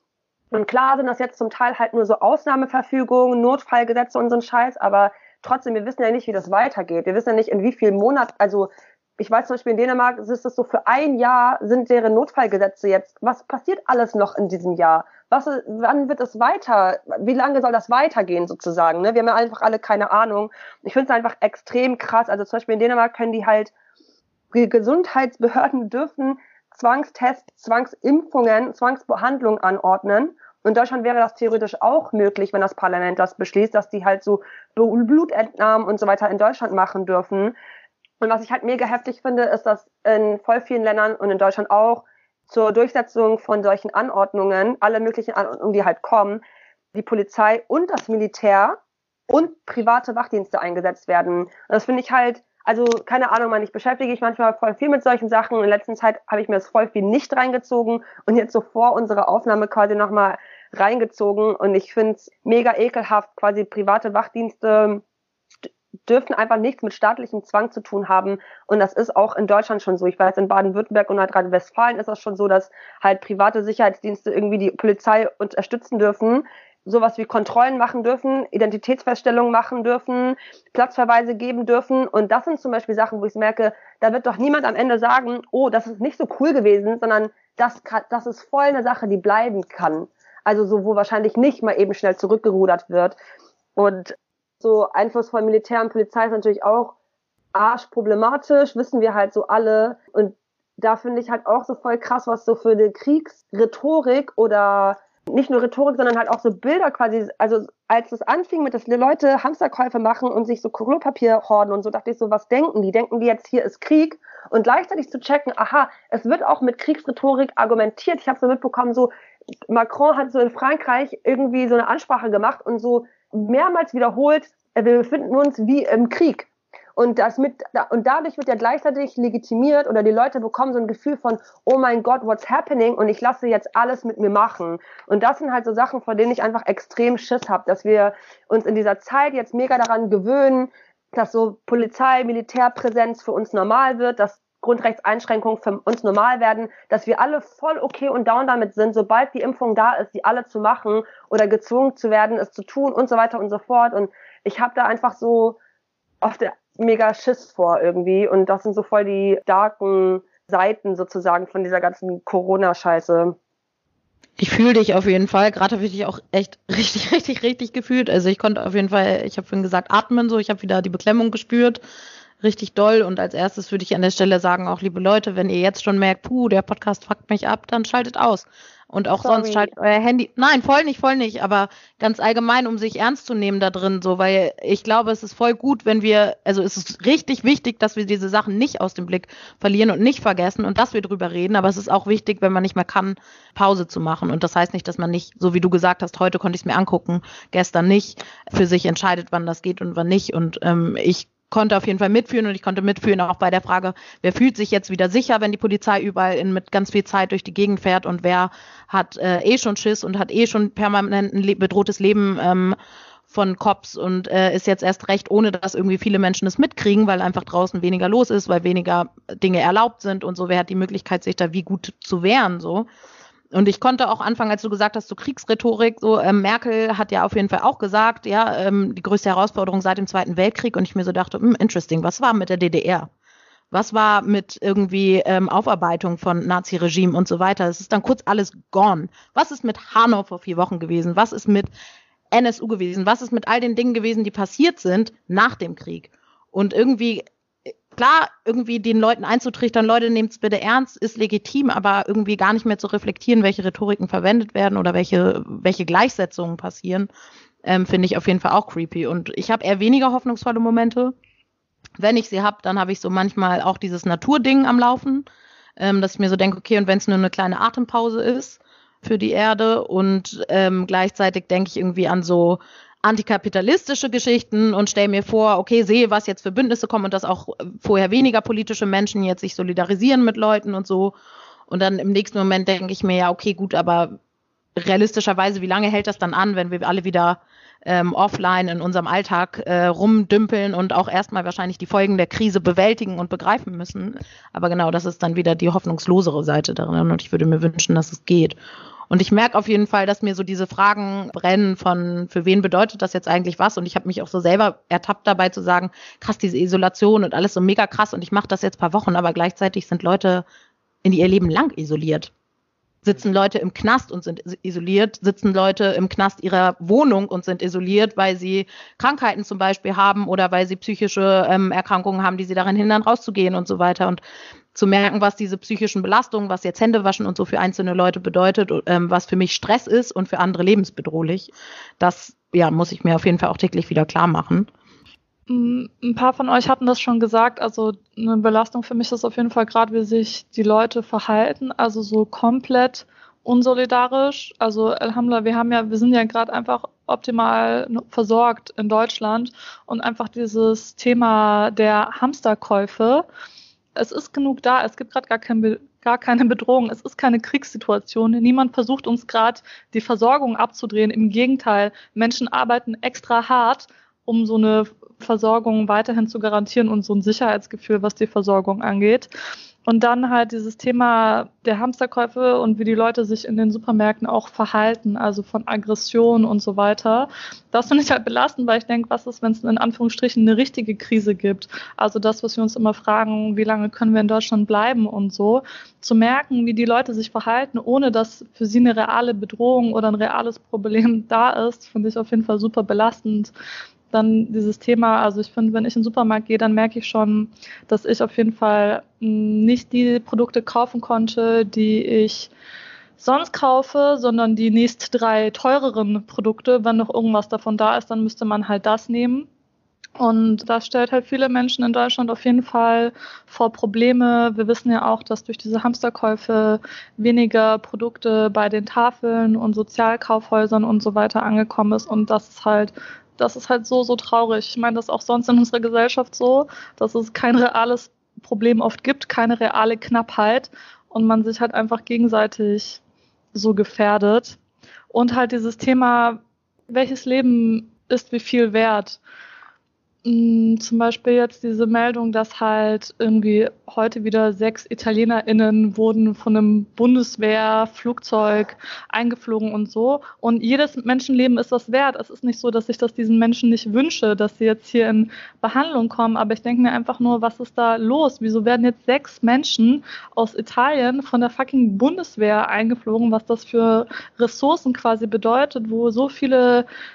Und klar sind das jetzt zum Teil halt nur so Ausnahmeverfügungen, Notfallgesetze und so ein Scheiß, aber trotzdem, wir wissen ja nicht, wie das weitergeht. Wir wissen ja nicht, in wie vielen Monaten, also ich weiß zum Beispiel in Dänemark, ist es so, für ein Jahr sind deren Notfallgesetze jetzt. Was passiert alles noch in diesem Jahr? Was, wann wird es weiter? Wie lange soll das weitergehen sozusagen? Ne? Wir haben ja einfach alle keine Ahnung. Ich finde es einfach extrem krass. Also zum Beispiel in Dänemark können die halt, die Gesundheitsbehörden dürfen Zwangstests, Zwangsimpfungen, Zwangsbehandlungen anordnen. In Deutschland wäre das theoretisch auch möglich, wenn das Parlament das beschließt, dass die halt so Blutentnahmen und so weiter in Deutschland machen dürfen. Und was ich halt mega heftig finde, ist, dass in voll vielen Ländern und in Deutschland auch zur Durchsetzung von solchen Anordnungen, alle möglichen Anordnungen, die halt kommen, die Polizei und das Militär und private Wachdienste eingesetzt werden. Und das finde ich halt, also keine Ahnung, man, ich beschäftige mich manchmal voll viel mit solchen Sachen. In letzter Zeit habe ich mir das voll viel nicht reingezogen und jetzt so vor unserer Aufnahme quasi nochmal reingezogen. Und ich finde es mega ekelhaft, quasi private Wachdienste dürfen einfach nichts mit staatlichem Zwang zu tun haben. Und das ist auch in Deutschland schon so. Ich weiß, in Baden-Württemberg und Nordrhein-Westfalen ist das schon so, dass halt private Sicherheitsdienste irgendwie die Polizei unterstützen dürfen, sowas wie Kontrollen machen dürfen, Identitätsfeststellungen machen dürfen, Platzverweise geben dürfen. Und das sind zum Beispiel Sachen, wo ich merke, da wird doch niemand am Ende sagen, oh, das ist nicht so cool gewesen, sondern das, kann, das ist voll eine Sache, die bleiben kann. Also so, wo wahrscheinlich nicht mal eben schnell zurückgerudert wird. Und so Einfluss von Militär und Polizei ist natürlich auch arschproblematisch, wissen wir halt so alle. Und da finde ich halt auch so voll krass, was so für eine Kriegsrhetorik oder nicht nur Rhetorik, sondern halt auch so Bilder quasi, also als es anfing mit, dass die Leute Hamsterkäufe machen und sich so Klopapier horden und so, dachte ich so, was denken die? Denken die jetzt, hier ist Krieg? Und gleichzeitig zu checken, aha, es wird auch mit Kriegsrhetorik argumentiert. Ich habe so mitbekommen, so Macron hat so in Frankreich irgendwie so eine Ansprache gemacht und so mehrmals wiederholt, wir befinden uns wie im Krieg. Und das mit, und dadurch wird ja gleichzeitig legitimiert oder die Leute bekommen so ein Gefühl von, oh mein Gott, what's happening? Und ich lasse jetzt alles mit mir machen. Und das sind halt so Sachen, vor denen ich einfach extrem Schiss habe, dass wir uns in dieser Zeit jetzt mega daran gewöhnen, dass so Polizei, Militärpräsenz für uns normal wird, dass Grundrechtseinschränkungen für uns normal werden, dass wir alle voll okay und down damit sind, sobald die Impfung da ist, die alle zu machen oder gezwungen zu werden, es zu tun und so weiter und so fort. Und ich habe da einfach so auf der mega Schiss vor irgendwie. Und das sind so voll die darken Seiten sozusagen von dieser ganzen Corona-Scheiße. Ich fühle dich auf jeden Fall. Gerade habe ich dich auch echt richtig, richtig, richtig gefühlt. Also ich konnte auf jeden Fall, ich habe vorhin gesagt, atmen so. Ich habe wieder die Beklemmung gespürt. Richtig doll. Und als erstes würde ich an der Stelle sagen, auch liebe Leute, wenn ihr jetzt schon merkt, puh, der Podcast fuckt mich ab, dann schaltet aus. Und auch Sorry. sonst schaltet euer Handy, nein, voll nicht, voll nicht, aber ganz allgemein, um sich ernst zu nehmen da drin, so, weil ich glaube, es ist voll gut, wenn wir, also es ist richtig wichtig, dass wir diese Sachen nicht aus dem Blick verlieren und nicht vergessen und dass wir drüber reden, aber es ist auch wichtig, wenn man nicht mehr kann, Pause zu machen. Und das heißt nicht, dass man nicht, so wie du gesagt hast, heute konnte ich es mir angucken, gestern nicht, für sich entscheidet, wann das geht und wann nicht. Und ähm, ich konnte auf jeden Fall mitfühlen und ich konnte mitfühlen auch bei der Frage, wer fühlt sich jetzt wieder sicher, wenn die Polizei überall in, mit ganz viel Zeit durch die Gegend fährt und wer hat äh, eh schon Schiss und hat eh schon permanent ein le- bedrohtes Leben ähm, von Cops und äh, ist jetzt erst recht, ohne dass irgendwie viele Menschen es mitkriegen, weil einfach draußen weniger los ist, weil weniger Dinge erlaubt sind und so, wer hat die Möglichkeit, sich da wie gut zu wehren, so. Und ich konnte auch anfangen, als du gesagt hast, so Kriegsrhetorik, so ähm, Merkel hat ja auf jeden Fall auch gesagt, ja, ähm, die größte Herausforderung seit dem Zweiten Weltkrieg. Und ich mir so dachte, hm, interesting, was war mit der D D R? Was war mit irgendwie ähm, Aufarbeitung von Nazi-Regime und so weiter? Es ist dann kurz alles gone. Was ist mit Hanau vor vier Wochen gewesen? Was ist mit N S U gewesen? Was ist mit all den Dingen gewesen, die passiert sind nach dem Krieg? Und irgendwie klar, irgendwie den Leuten einzutrichtern, Leute, nehmt es bitte ernst, ist legitim, aber irgendwie gar nicht mehr zu reflektieren, welche Rhetoriken verwendet werden oder welche, welche Gleichsetzungen passieren, ähm, finde ich auf jeden Fall auch creepy. Und ich habe eher weniger hoffnungsvolle Momente. Wenn ich sie habe, dann habe ich so manchmal auch dieses Naturding am Laufen, ähm, dass ich mir so denke, okay, und wenn es nur eine kleine Atempause ist für die Erde und ähm, gleichzeitig denke ich irgendwie an so antikapitalistische Geschichten und stelle mir vor, okay, sehe, was jetzt für Bündnisse kommen und dass auch vorher weniger politische Menschen jetzt sich solidarisieren mit Leuten und so. Und dann im nächsten Moment denke ich mir, ja, okay, gut, aber realistischerweise, wie lange hält das dann an, wenn wir alle wieder ähm, offline in unserem Alltag äh, rumdümpeln und auch erstmal wahrscheinlich die Folgen der Krise bewältigen und begreifen müssen. Aber genau, das ist dann wieder die hoffnungslosere Seite darin und ich würde mir wünschen, dass es geht. Und ich merke auf jeden Fall, dass mir so diese Fragen brennen von, für wen bedeutet das jetzt eigentlich was? Und ich habe mich auch so selber ertappt dabei zu sagen, krass, diese Isolation und alles so mega krass und ich mache das jetzt ein paar Wochen, aber gleichzeitig sind Leute in ihr Leben lang isoliert. Sitzen Leute im Knast und sind isoliert, sitzen Leute im Knast ihrer Wohnung und sind isoliert, weil sie Krankheiten zum Beispiel haben oder weil sie psychische ähm, Erkrankungen haben, die sie daran hindern, rauszugehen und so weiter. Und zu merken, was diese psychischen Belastungen, was jetzt Händewaschen und so für einzelne Leute bedeutet, ähm, was für mich Stress ist und für andere lebensbedrohlich, das ja, muss ich mir auf jeden Fall auch täglich wieder klar machen. Ein paar von euch hatten das schon gesagt, also eine Belastung für mich ist auf jeden Fall gerade, wie sich die Leute verhalten, also so komplett unsolidarisch. Also Alhamdulillah, wir haben ja, wir sind ja gerade einfach optimal versorgt in Deutschland und einfach dieses Thema der Hamsterkäufe, es ist genug da, es gibt gerade gar kein Be- gar keine Bedrohung, es ist keine Kriegssituation, niemand versucht uns gerade die Versorgung abzudrehen, im Gegenteil, Menschen arbeiten extra hart, um so eine Versorgung weiterhin zu garantieren und so ein Sicherheitsgefühl, was die Versorgung angeht. Und dann halt dieses Thema der Hamsterkäufe und wie die Leute sich in den Supermärkten auch verhalten, also von Aggression und so weiter. Das finde ich halt belastend, weil ich denke, was ist, wenn es in Anführungsstrichen eine richtige Krise gibt? Also das, was wir uns immer fragen, wie lange können wir in Deutschland bleiben und so. Zu merken, wie die Leute sich verhalten, ohne dass für sie eine reale Bedrohung oder ein reales Problem da ist, finde ich auf jeden Fall super belastend. Dann dieses Thema, also ich finde, wenn ich in den Supermarkt gehe, dann merke ich schon, dass ich auf jeden Fall nicht die Produkte kaufen konnte, die ich sonst kaufe, sondern die nächst drei teureren Produkte. Wenn noch irgendwas davon da ist, dann müsste man halt das nehmen. Und das stellt halt viele Menschen in Deutschland auf jeden Fall vor Probleme. Wir wissen ja auch, dass durch diese Hamsterkäufe weniger Produkte bei den Tafeln und Sozialkaufhäusern und so weiter angekommen ist. Und das ist halt Das ist halt so, so traurig. Ich meine, das ist auch sonst in unserer Gesellschaft so, dass es kein reales Problem oft gibt, keine reale Knappheit und man sich halt einfach gegenseitig so gefährdet. Und halt dieses Thema, welches Leben ist wie viel wert? Zum Beispiel jetzt diese Meldung, dass halt irgendwie heute wieder sechs ItalienerInnen wurden von einem Bundeswehrflugzeug eingeflogen und so. Und jedes Menschenleben ist was wert. Es ist nicht so, dass ich das diesen Menschen nicht wünsche, dass sie jetzt hier in Behandlung kommen. Aber ich denke mir einfach nur, was ist da los? Wieso werden jetzt sechs Menschen aus Italien von der fucking Bundeswehr eingeflogen? Was das für Ressourcen quasi bedeutet, wo so viele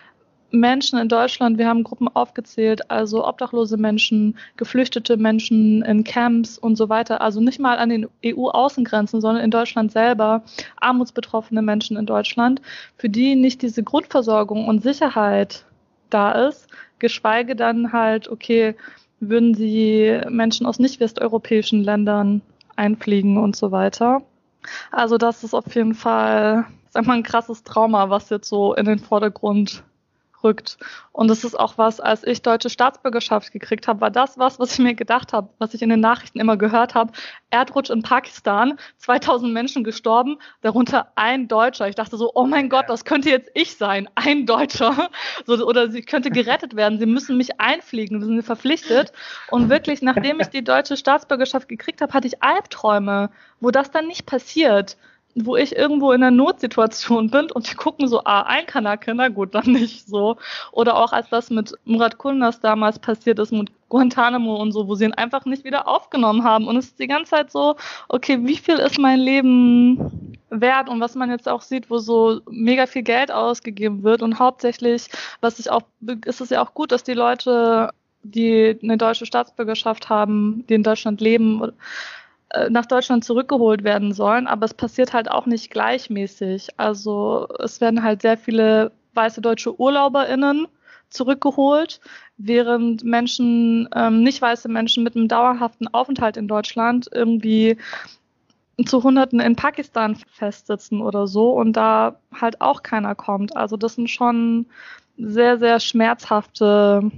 Menschen in Deutschland, wir haben Gruppen aufgezählt, also obdachlose Menschen, geflüchtete Menschen in Camps und so weiter, also nicht mal an den E U-Außengrenzen, sondern in Deutschland selber, armutsbetroffene Menschen in Deutschland, für die nicht diese Grundversorgung und Sicherheit da ist, geschweige dann halt, okay, würden sie Menschen aus nicht westeuropäischen Ländern einfliegen und so weiter. Also das ist auf jeden Fall, sag mal, ein krasses Trauma, was jetzt so in den Vordergrund rückt. Und das ist auch was, als ich deutsche Staatsbürgerschaft gekriegt habe, war das was, was ich mir gedacht habe, was ich in den Nachrichten immer gehört habe. Erdrutsch in Pakistan, zweitausend Menschen gestorben, darunter ein Deutscher. Ich dachte so, oh mein Gott, das könnte jetzt ich sein, ein Deutscher. So, oder sie könnte gerettet werden, sie müssen mich einfliegen, wir sind verpflichtet. Und wirklich, nachdem ich die deutsche Staatsbürgerschaft gekriegt habe, hatte ich Albträume, wo das dann nicht passiert. Wo ich irgendwo in einer Notsituation bin und die gucken so, ah, ein Kanake, na gut, dann nicht so. Oder auch als das mit Murat Kulnas damals passiert ist, mit Guantanamo und so, wo sie ihn einfach nicht wieder aufgenommen haben. Und es ist die ganze Zeit so, okay, wie viel ist mein Leben wert? Und was man jetzt auch sieht, wo so mega viel Geld ausgegeben wird und hauptsächlich, was ich auch, ist es ja auch gut, dass die Leute, die eine deutsche Staatsbürgerschaft haben, die in Deutschland leben, nach Deutschland zurückgeholt werden sollen, aber es passiert halt auch nicht gleichmäßig. Also es werden halt sehr viele weiße deutsche UrlauberInnen zurückgeholt, während Menschen, ähm, nicht weiße Menschen mit einem dauerhaften Aufenthalt in Deutschland irgendwie zu Hunderten in Pakistan festsitzen oder so und da halt auch keiner kommt. Also das sind schon sehr, sehr schmerzhafte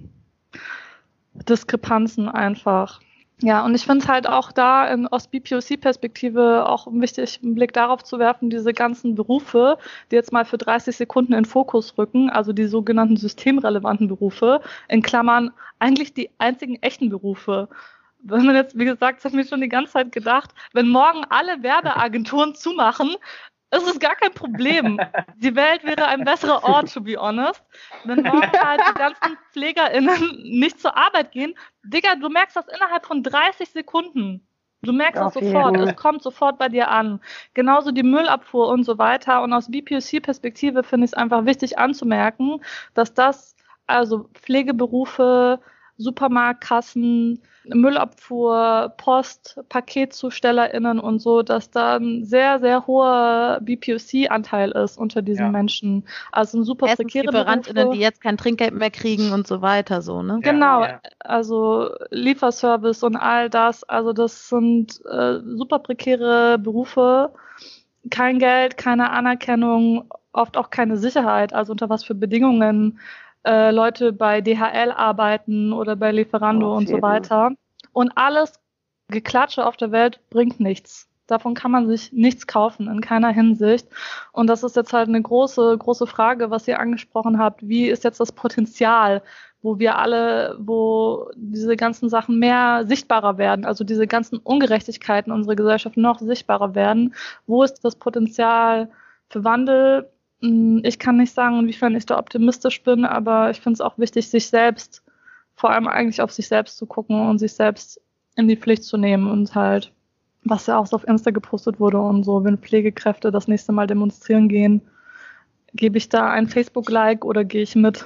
Diskrepanzen einfach. Ja, und ich finde es halt auch da in, aus B P O C-Perspektive auch wichtig, einen Blick darauf zu werfen, diese ganzen Berufe, die jetzt mal für dreißig Sekunden in Fokus rücken, also die sogenannten systemrelevanten Berufe, in Klammern eigentlich die einzigen echten Berufe. Wenn man jetzt, wie gesagt, das habe ich mir schon die ganze Zeit gedacht, wenn morgen alle Werbeagenturen zumachen, ist es gar kein Problem. Die Welt wäre ein besserer Ort, to be honest. Wenn morgen halt die ganzen PflegerInnen nicht zur Arbeit gehen, Digga, du merkst das innerhalb von dreißig Sekunden. Du merkst das sofort, es kommt sofort bei dir an. Genauso die Müllabfuhr und so weiter. Und aus B P O C-Perspektive finde ich es einfach wichtig anzumerken, dass das, also Pflegeberufe, Supermarktkassen, Müllabfuhr, Post, PaketzustellerInnen und so, dass da ein sehr, sehr hoher B P O C-Anteil ist unter diesen ja. Menschen. Also ein super prekäre LieferantInnen, die jetzt kein Trinkgeld mehr kriegen und so weiter, so, ne? Genau, ja. also Lieferservice und all das, also das sind äh, super prekäre Berufe, kein Geld, keine Anerkennung, oft auch keine Sicherheit, also unter was für Bedingungen Äh, Leute bei D H L arbeiten oder bei Lieferando oh, und so weiter. Und alles Geklatsche auf der Welt bringt nichts. Davon kann man sich nichts kaufen, in keiner Hinsicht. Und das ist jetzt halt eine große, große Frage, was ihr angesprochen habt. Wie ist jetzt das Potenzial, wo wir alle, wo diese ganzen Sachen mehr sichtbarer werden, also diese ganzen Ungerechtigkeiten unserer Gesellschaft noch sichtbarer werden? Wo ist das Potenzial für Wandel? Ich kann nicht sagen, inwiefern ich da optimistisch bin, aber ich finde es auch wichtig, sich selbst, vor allem eigentlich auf sich selbst zu gucken und sich selbst in die Pflicht zu nehmen und halt, was ja auch so auf Insta gepostet wurde und so, wenn Pflegekräfte das nächste Mal demonstrieren gehen, gebe ich da ein Facebook-Like oder gehe ich mit?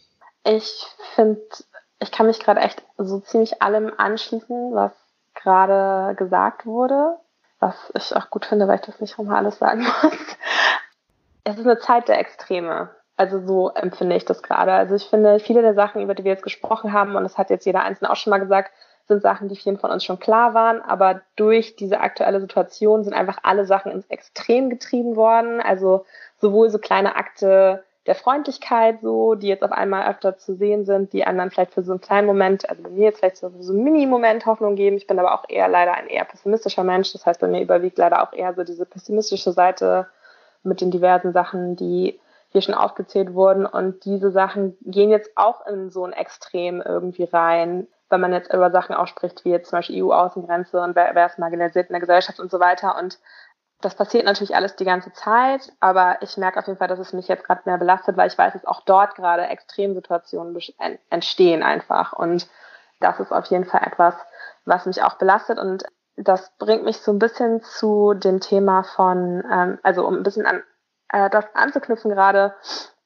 Ich finde, ich kann mich gerade echt so ziemlich allem anschließen, was gerade gesagt wurde, was ich auch gut finde, weil ich das nicht nochmal alles sagen muss. Es ist eine Zeit der Extreme. Also so empfinde ich das gerade. Also ich finde, viele der Sachen, über die wir jetzt gesprochen haben, und das hat jetzt jeder Einzelne auch schon mal gesagt, sind Sachen, die vielen von uns schon klar waren. Aber durch diese aktuelle Situation sind einfach alle Sachen ins Extrem getrieben worden. Also sowohl so kleine Akte der Freundlichkeit, so, die jetzt auf einmal öfter zu sehen sind, die anderen vielleicht für so einen kleinen Moment, also bei mir jetzt vielleicht so, so einen Mini-Moment Hoffnung geben. Ich bin aber auch eher leider ein eher pessimistischer Mensch. Das heißt, bei mir überwiegt leider auch eher so diese pessimistische Seite mit den diversen Sachen, die hier schon aufgezählt wurden. Und diese Sachen gehen jetzt auch in so ein Extrem irgendwie rein, wenn man jetzt über Sachen ausspricht, wie jetzt zum Beispiel E U-Außengrenze und wer, wer ist marginalisiert in der Gesellschaft und so weiter. Und das passiert natürlich alles die ganze Zeit, aber ich merke auf jeden Fall, dass es mich jetzt gerade mehr belastet, weil ich weiß, dass auch dort gerade Extremsituationen entstehen einfach. Und das ist auf jeden Fall etwas, was mich auch belastet. Und das bringt mich so ein bisschen zu dem Thema von, ähm, also um ein bisschen an äh, das anzuknüpfen gerade,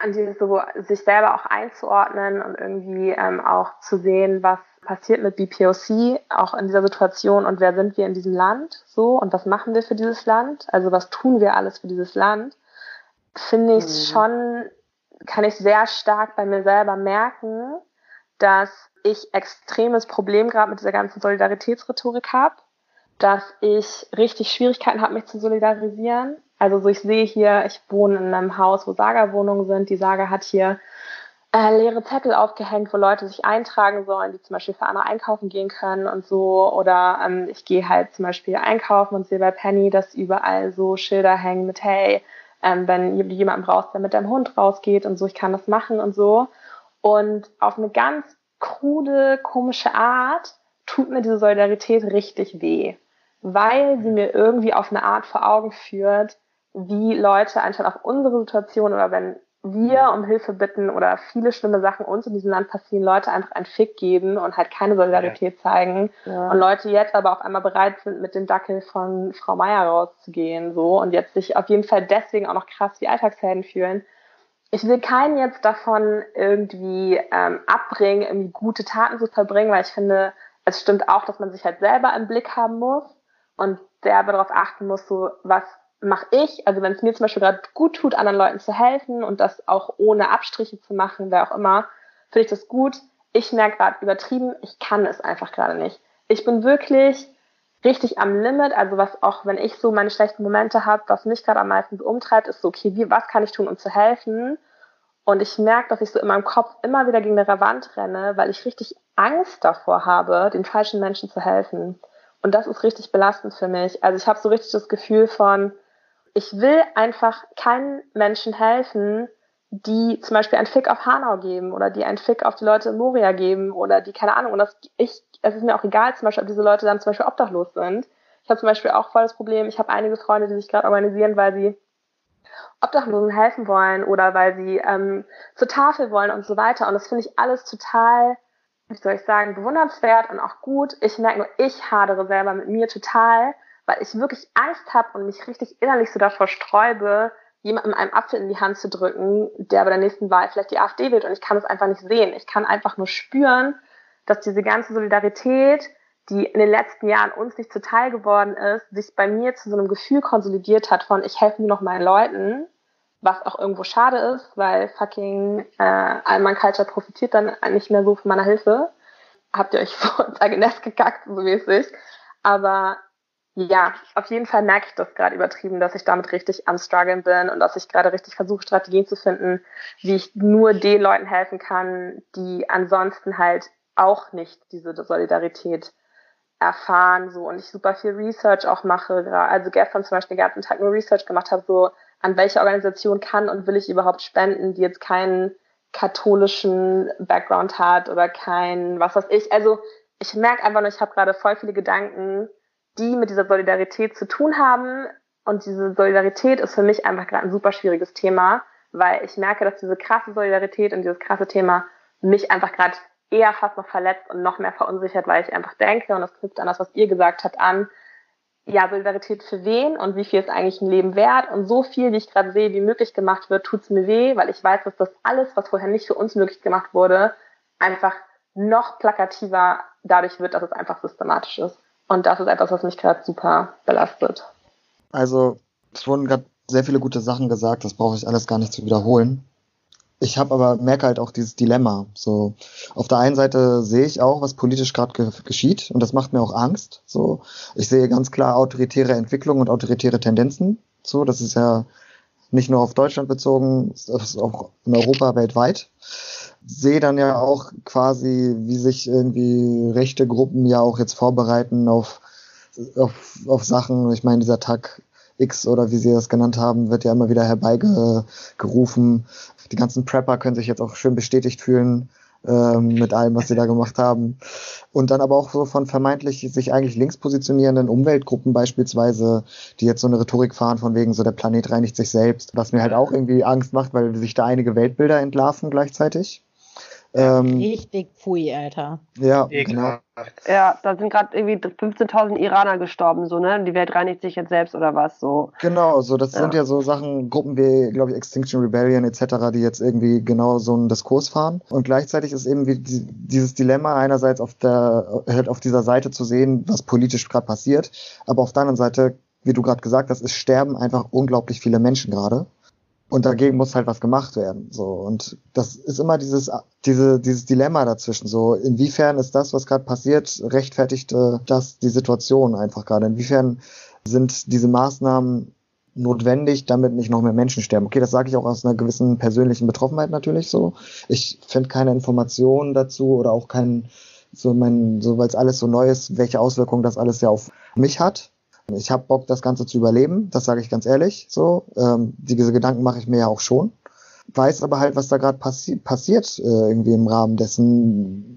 an dieses so, sich selber auch einzuordnen und irgendwie ähm, auch zu sehen, was passiert mit B P O C, auch in dieser Situation und wer sind wir in diesem Land, so, und was machen wir für dieses Land, also was tun wir alles für dieses Land, finde ich mhm. schon, kann ich sehr stark bei mir selber merken, dass ich extremes Problem gerade mit dieser ganzen Solidaritätsrhetorik habe, dass ich richtig Schwierigkeiten habe, mich zu solidarisieren. Also so, ich sehe hier, ich wohne in einem Haus, wo Saga-Wohnungen sind. Die Saga hat hier äh, leere Zettel aufgehängt, wo Leute sich eintragen sollen, die zum Beispiel für andere einkaufen gehen können und so. Oder ähm, ich gehe halt zum Beispiel einkaufen und sehe bei Penny, dass überall so Schilder hängen mit, hey, ähm, wenn du jemanden brauchst, der mit deinem Hund rausgeht und so, ich kann das machen und so. Und auf eine ganz krude, komische Art tut mir diese Solidarität richtig weh, weil sie mir irgendwie auf eine Art vor Augen führt, wie Leute anstatt auf unsere Situation oder wenn wir um Hilfe bitten oder viele schlimme Sachen uns in diesem Land passieren, Leute einfach einen Fick geben und halt keine Solidarität ja. zeigen ja. und Leute jetzt aber auf einmal bereit sind, mit dem Dackel von Frau Meier rauszugehen so und jetzt sich auf jeden Fall deswegen auch noch krass wie Alltagshelden fühlen. Ich will keinen jetzt davon irgendwie ähm, abbringen, irgendwie gute Taten zu verbringen, weil ich finde, es stimmt auch, dass man sich halt selber im Blick haben muss und selber darauf achten muss, so was mache ich, also wenn es mir zum Beispiel gerade gut tut, anderen Leuten zu helfen und das auch ohne Abstriche zu machen, wer auch immer, finde ich das gut. Ich merke gerade übertrieben, ich kann es einfach gerade nicht. Ich bin wirklich richtig am Limit, also was auch, wenn ich so meine schlechten Momente habe, was mich gerade am meisten so umtreibt, ist so, okay, wie, was kann ich tun, um zu helfen? Und ich merke, dass ich so in meinem Kopf immer wieder gegen eine Wand renne, weil ich richtig Angst davor habe, den falschen Menschen zu helfen. Und das ist richtig belastend für mich. Also ich habe so richtig das Gefühl von, ich will einfach keinen Menschen helfen, die zum Beispiel einen Fick auf Hanau geben oder die einen Fick auf die Leute in Moria geben oder die, keine Ahnung, und das, ich, es ist mir auch egal zum Beispiel, ob diese Leute dann zum Beispiel obdachlos sind. Ich habe zum Beispiel auch voll das Problem, ich habe einige Freunde, die sich gerade organisieren, weil sie Obdachlosen helfen wollen oder weil sie ähm, zur Tafel wollen und so weiter. Und das finde ich alles total, wie soll ich sagen, bewundernswert und auch gut. Ich merke nur, ich hadere selber mit mir total, weil ich wirklich Angst habe und mich richtig innerlich so davor sträube, jemandem einen Apfel in die Hand zu drücken, der bei der nächsten Wahl vielleicht die AfD wählt. Und ich kann das einfach nicht sehen. Ich kann einfach nur spüren, dass diese ganze Solidarität, die in den letzten Jahren uns nicht zuteil geworden ist, sich bei mir zu so einem Gefühl konsolidiert hat von, ich helfe nur noch meinen Leuten, was auch irgendwo schade ist, weil fucking äh, Allmann Culture profitiert dann nicht mehr so von meiner Hilfe. Habt ihr euch vor uns ein Nest gekackt, so mäßig. Aber ja, auf jeden Fall merke ich das gerade übertrieben, dass ich damit richtig am struggeln bin und dass ich gerade richtig versuche, Strategien zu finden, wie ich nur den Leuten helfen kann, die ansonsten halt auch nicht diese Solidarität erfahren, so, und ich super viel Research auch mache, also gestern zum Beispiel den ganzen Tag nur Research gemacht habe, so, an welche Organisation kann und will ich überhaupt spenden, die jetzt keinen katholischen Background hat oder kein, was weiß ich, also ich merke einfach nur, ich habe gerade voll viele Gedanken, die mit dieser Solidarität zu tun haben, und diese Solidarität ist für mich einfach gerade ein super schwieriges Thema, weil ich merke, dass diese krasse Solidarität und dieses krasse Thema mich einfach gerade eher fast noch verletzt und noch mehr verunsichert, weil ich einfach denke, und das knüpft an das, was ihr gesagt habt, an, ja, Solidarität für wen und wie viel ist eigentlich ein Leben wert, und so viel, wie ich gerade sehe, wie möglich gemacht wird, tut's mir weh, weil ich weiß, dass das alles, was vorher nicht für uns möglich gemacht wurde, einfach noch plakativer dadurch wird, dass es einfach systematisch ist. Und das ist etwas, was mich gerade super belastet. Also, es wurden gerade sehr viele gute Sachen gesagt, das brauche ich alles gar nicht zu wiederholen. Ich habe aber, merke halt auch dieses Dilemma. So, auf der einen Seite sehe ich auch, was politisch gerade ge- geschieht, und das macht mir auch Angst. So, ich sehe ganz klar autoritäre Entwicklungen und autoritäre Tendenzen. So, das ist ja nicht nur auf Deutschland bezogen, das ist auch in Europa weltweit. Sehe dann ja auch quasi, wie sich irgendwie rechte Gruppen ja auch jetzt vorbereiten auf, auf, auf Sachen. Ich meine, dieser Tag X oder wie sie das genannt haben, wird ja immer wieder herbeigerufen. Die ganzen Prepper können sich jetzt auch schön bestätigt fühlen ähm, mit allem, was sie da gemacht haben. Und dann aber auch so von vermeintlich sich eigentlich links positionierenden Umweltgruppen beispielsweise, die jetzt so eine Rhetorik fahren von wegen so, der Planet reinigt sich selbst, was mir halt auch irgendwie Angst macht, weil sich da einige Weltbilder entlarven gleichzeitig. Ähm, Richtig pfui, Alter. ja, genau. Ja, da sind gerade irgendwie fünfzehntausend Iraner gestorben, so, ne? Die Welt reinigt sich jetzt selbst oder was, so. Genau, so das Ja. sind ja so Sachen, Gruppen wie, glaube ich, Extinction Rebellion et cetera, die jetzt irgendwie genau so einen Diskurs fahren. Und gleichzeitig ist eben wie die, dieses Dilemma einerseits auf der halt auf dieser Seite zu sehen, was politisch gerade passiert, aber auf der anderen Seite, wie du gerade gesagt hast, es sterben einfach unglaublich viele Menschen gerade. Und dagegen muss halt was gemacht werden. So. Und das ist immer dieses, diese, dieses Dilemma dazwischen. So, inwiefern ist das, was gerade passiert, rechtfertigt äh, das die Situation einfach gerade? Inwiefern sind diese Maßnahmen notwendig, damit nicht noch mehr Menschen sterben? Okay, das sage ich auch aus einer gewissen persönlichen Betroffenheit natürlich so. Ich finde keine Informationen dazu oder auch kein, so mein, so weil es alles so neu ist, welche Auswirkungen das alles ja auf mich hat. Ich habe Bock, das Ganze zu überleben, das sage ich ganz ehrlich. So, ähm, diese Gedanken mache ich mir ja auch schon. Weiß aber halt, was da gerade passi- passiert, äh, irgendwie im Rahmen dessen,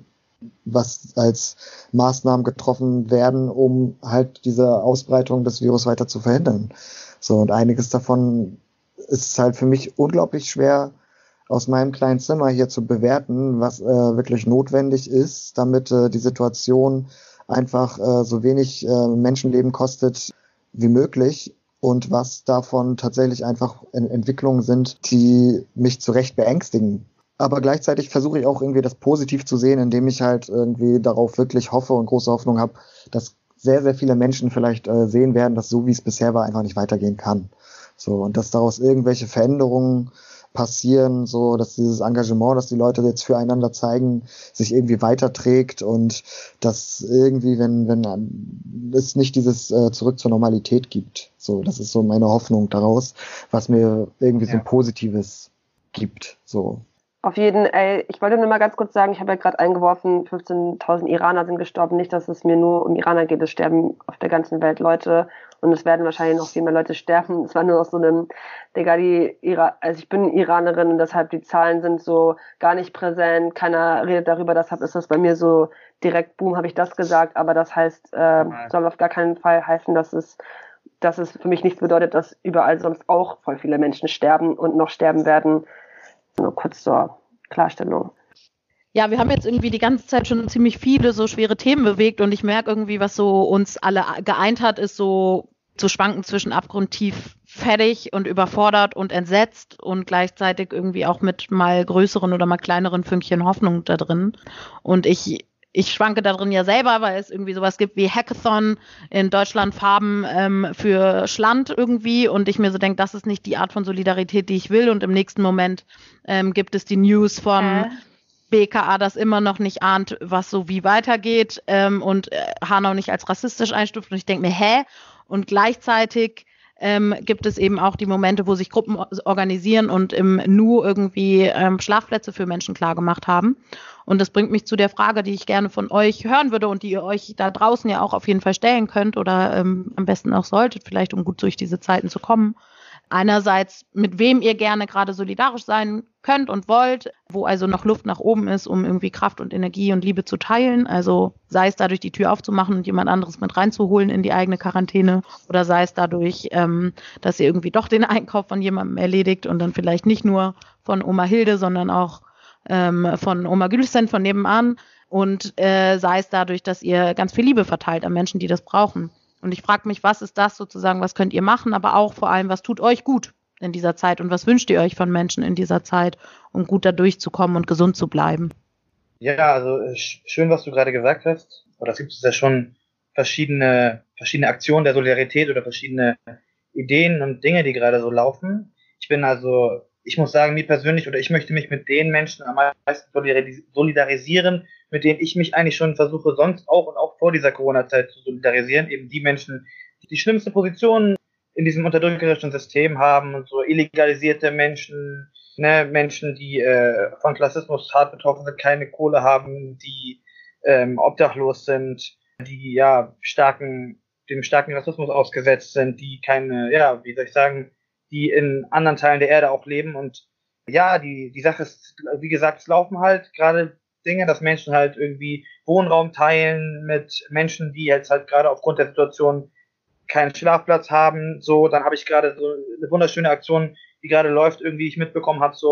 was als Maßnahmen getroffen werden, um halt diese Ausbreitung des Virus weiter zu verhindern. So, und einiges davon ist halt für mich unglaublich schwer, aus meinem kleinen Zimmer hier zu bewerten, was äh, wirklich notwendig ist, damit äh, die Situation einfach äh, so wenig äh, Menschenleben kostet wie möglich und was davon tatsächlich einfach Ent- Entwicklungen sind, die mich zu Recht beängstigen. Aber gleichzeitig versuche ich auch irgendwie das positiv zu sehen, indem ich halt irgendwie darauf wirklich hoffe und große Hoffnung habe, dass sehr, sehr viele Menschen vielleicht äh, sehen werden, dass so wie es bisher war, einfach nicht weitergehen kann. So, und dass daraus irgendwelche Veränderungen passieren, so dass dieses Engagement, das die Leute jetzt füreinander zeigen, sich irgendwie weiterträgt und dass irgendwie, wenn wenn es nicht dieses äh, Zurück zur Normalität gibt. So, das ist so meine Hoffnung daraus, was mir irgendwie Ja. so ein Positives gibt. So. Auf jeden, ey, ich wollte nur mal ganz kurz sagen, ich habe ja gerade eingeworfen, fünfzehntausend Iraner sind gestorben. Nicht, dass es mir nur um Iraner geht, es sterben auf der ganzen Welt Leute und es werden wahrscheinlich noch viel mehr Leute sterben. Es war nur aus so einem, Digga, die Ira also ich bin Iranerin und deshalb die Zahlen sind so gar nicht präsent, keiner redet darüber, deshalb ist das bei mir so direkt, boom, habe ich das gesagt, aber das heißt, äh, soll auf gar keinen Fall heißen, dass es dass es für mich nichts bedeutet, dass überall sonst auch voll viele Menschen sterben und noch sterben werden. Nur kurz zur Klarstellung. Ja, wir haben jetzt irgendwie die ganze Zeit schon ziemlich viele so schwere Themen bewegt und ich merke irgendwie, was so uns alle geeint hat, ist so zu schwanken zwischen abgrundtief fertig und überfordert und entsetzt und gleichzeitig irgendwie auch mit mal größeren oder mal kleineren Fünkchen Hoffnung da drin. Und ich Ich schwanke da drin ja selber, weil es irgendwie sowas gibt wie Hackathon in Deutschland, Farben ähm, für Schland irgendwie und ich mir so denke, das ist nicht die Art von Solidarität, die ich will und im nächsten Moment ähm, gibt es die News von Hä? B K A, das immer noch nicht ahnt, was so wie weitergeht ähm, und äh, Hanau nicht als rassistisch einstuft und ich denke mir, hä? Und gleichzeitig ähm, gibt es eben auch die Momente, wo sich Gruppen organisieren und im Nu irgendwie ähm, Schlafplätze für Menschen klargemacht haben. Und das bringt mich zu der Frage, die ich gerne von euch hören würde und die ihr euch da draußen ja auch auf jeden Fall stellen könnt oder ähm, am besten auch solltet, vielleicht um gut durch diese Zeiten zu kommen. Einerseits, mit wem ihr gerne gerade solidarisch sein könnt und wollt, wo also noch Luft nach oben ist, um irgendwie Kraft und Energie und Liebe zu teilen. Also sei es dadurch, die Tür aufzumachen und jemand anderes mit reinzuholen in die eigene Quarantäne oder sei es dadurch, ähm, dass ihr irgendwie doch den Einkauf von jemandem erledigt und dann vielleicht nicht nur von Oma Hilde, sondern auch ähm, von Oma Gülsen von nebenan und äh, sei es dadurch, dass ihr ganz viel Liebe verteilt an Menschen, die das brauchen. Und ich frage mich, was ist das sozusagen, was könnt ihr machen, aber auch vor allem, was tut euch gut in dieser Zeit und was wünscht ihr euch von Menschen in dieser Zeit, um gut da durchzukommen und gesund zu bleiben? Ja, also schön, was du gerade gesagt hast. Oder es gibt ja schon verschiedene, verschiedene Aktionen der Solidarität oder verschiedene Ideen und Dinge, die gerade so laufen. Ich bin also, ich muss sagen, mir persönlich oder ich möchte mich mit den Menschen am meisten solidarisieren, mit denen ich mich eigentlich schon versuche, sonst auch und auch vor dieser Corona-Zeit zu solidarisieren. Eben die Menschen, die die schlimmste Position in diesem unterdrückerischen System haben und so illegalisierte Menschen, ne, Menschen, die äh, von Klassismus hart betroffen sind, keine Kohle haben, die ähm, obdachlos sind, die ja starken, dem starken Rassismus ausgesetzt sind, die keine, ja, wie soll ich sagen, die in anderen Teilen der Erde auch leben und ja, die, die Sache ist, wie gesagt, es laufen halt gerade Dinge, dass Menschen halt irgendwie Wohnraum teilen mit Menschen, die jetzt halt gerade aufgrund der Situation keinen Schlafplatz haben. So, dann habe ich gerade so eine wunderschöne Aktion, die gerade läuft, irgendwie ich mitbekommen habe, so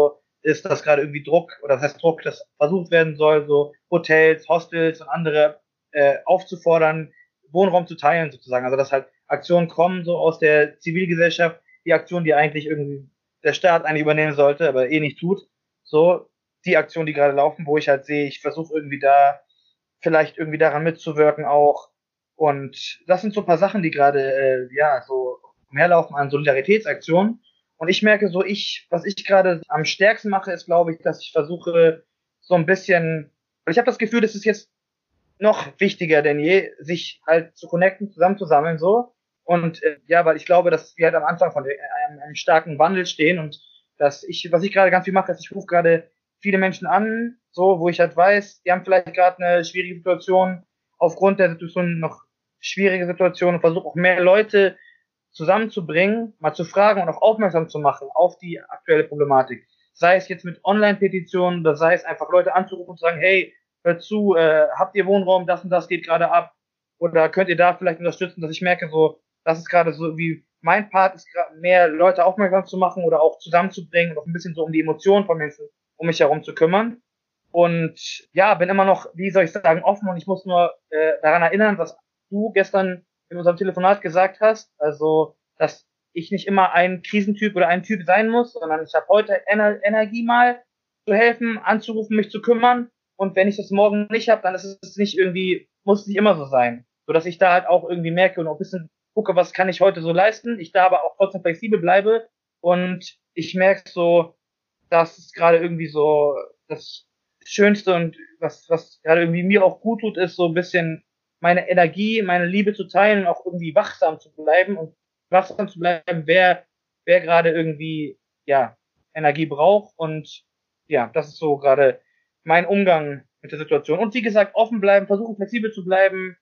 ist, dass gerade irgendwie Druck, oder das heißt Druck, das versucht werden soll, so Hotels, Hostels und andere äh, aufzufordern, Wohnraum zu teilen sozusagen. Also dass halt Aktionen kommen so aus der Zivilgesellschaft, die Aktion, die eigentlich irgendwie der Staat eigentlich übernehmen sollte, aber eh nicht tut. So die Aktionen, die gerade laufen, wo ich halt sehe, ich versuche irgendwie da vielleicht irgendwie daran mitzuwirken auch. Und das sind so ein paar Sachen, die gerade äh, ja so umherlaufen an Solidaritätsaktionen. Und ich merke so, ich, was ich gerade am stärksten mache, ist, glaube ich, dass ich versuche, so ein bisschen, weil ich habe das Gefühl, das ist jetzt noch wichtiger denn je, sich halt zu connecten, zusammenzusammeln, so. Und äh, ja, weil ich glaube, dass wir halt am Anfang von einem, einem starken Wandel stehen und dass ich, was ich gerade ganz viel mache, ist, ich rufe gerade viele Menschen an, so, wo ich halt weiß, die haben vielleicht gerade eine schwierige Situation, aufgrund der Situation noch schwierige Situation und versuche auch mehr Leute zusammenzubringen, mal zu fragen und auch aufmerksam zu machen auf die aktuelle Problematik. Sei es jetzt mit Online-Petitionen oder sei es einfach Leute anzurufen und zu sagen, hey, hört zu, äh, habt ihr Wohnraum, das und das geht gerade ab oder könnt ihr da vielleicht unterstützen, dass ich merke, so, das ist gerade so wie mein Part ist, gerade mehr Leute aufmerksam zu machen oder auch zusammenzubringen und auch ein bisschen so um die Emotionen von Menschen um mich herum zu kümmern. Und ja, bin immer noch, wie soll ich sagen, offen und ich muss nur äh, daran erinnern, was du gestern in unserem Telefonat gesagt hast, also, dass ich nicht immer ein Krisentyp oder ein Typ sein muss, sondern ich habe heute Ener- Energie mal zu helfen, anzurufen, mich zu kümmern und wenn ich das morgen nicht habe, dann ist es nicht irgendwie, muss es nicht immer so sein, sodass ich da halt auch irgendwie merke und auch ein bisschen gucke, was kann ich heute so leisten, ich da aber auch trotzdem flexibel bleibe und ich merke so, dass es gerade irgendwie so das Schönste und was, was gerade irgendwie mir auch gut tut, ist so ein bisschen meine Energie, meine Liebe zu teilen und auch irgendwie wachsam zu bleiben und wachsam zu bleiben, wer, wer gerade irgendwie, ja, Energie braucht und ja, das ist so gerade mein Umgang mit der Situation. Und wie gesagt, offen bleiben, versuchen flexibel zu bleiben,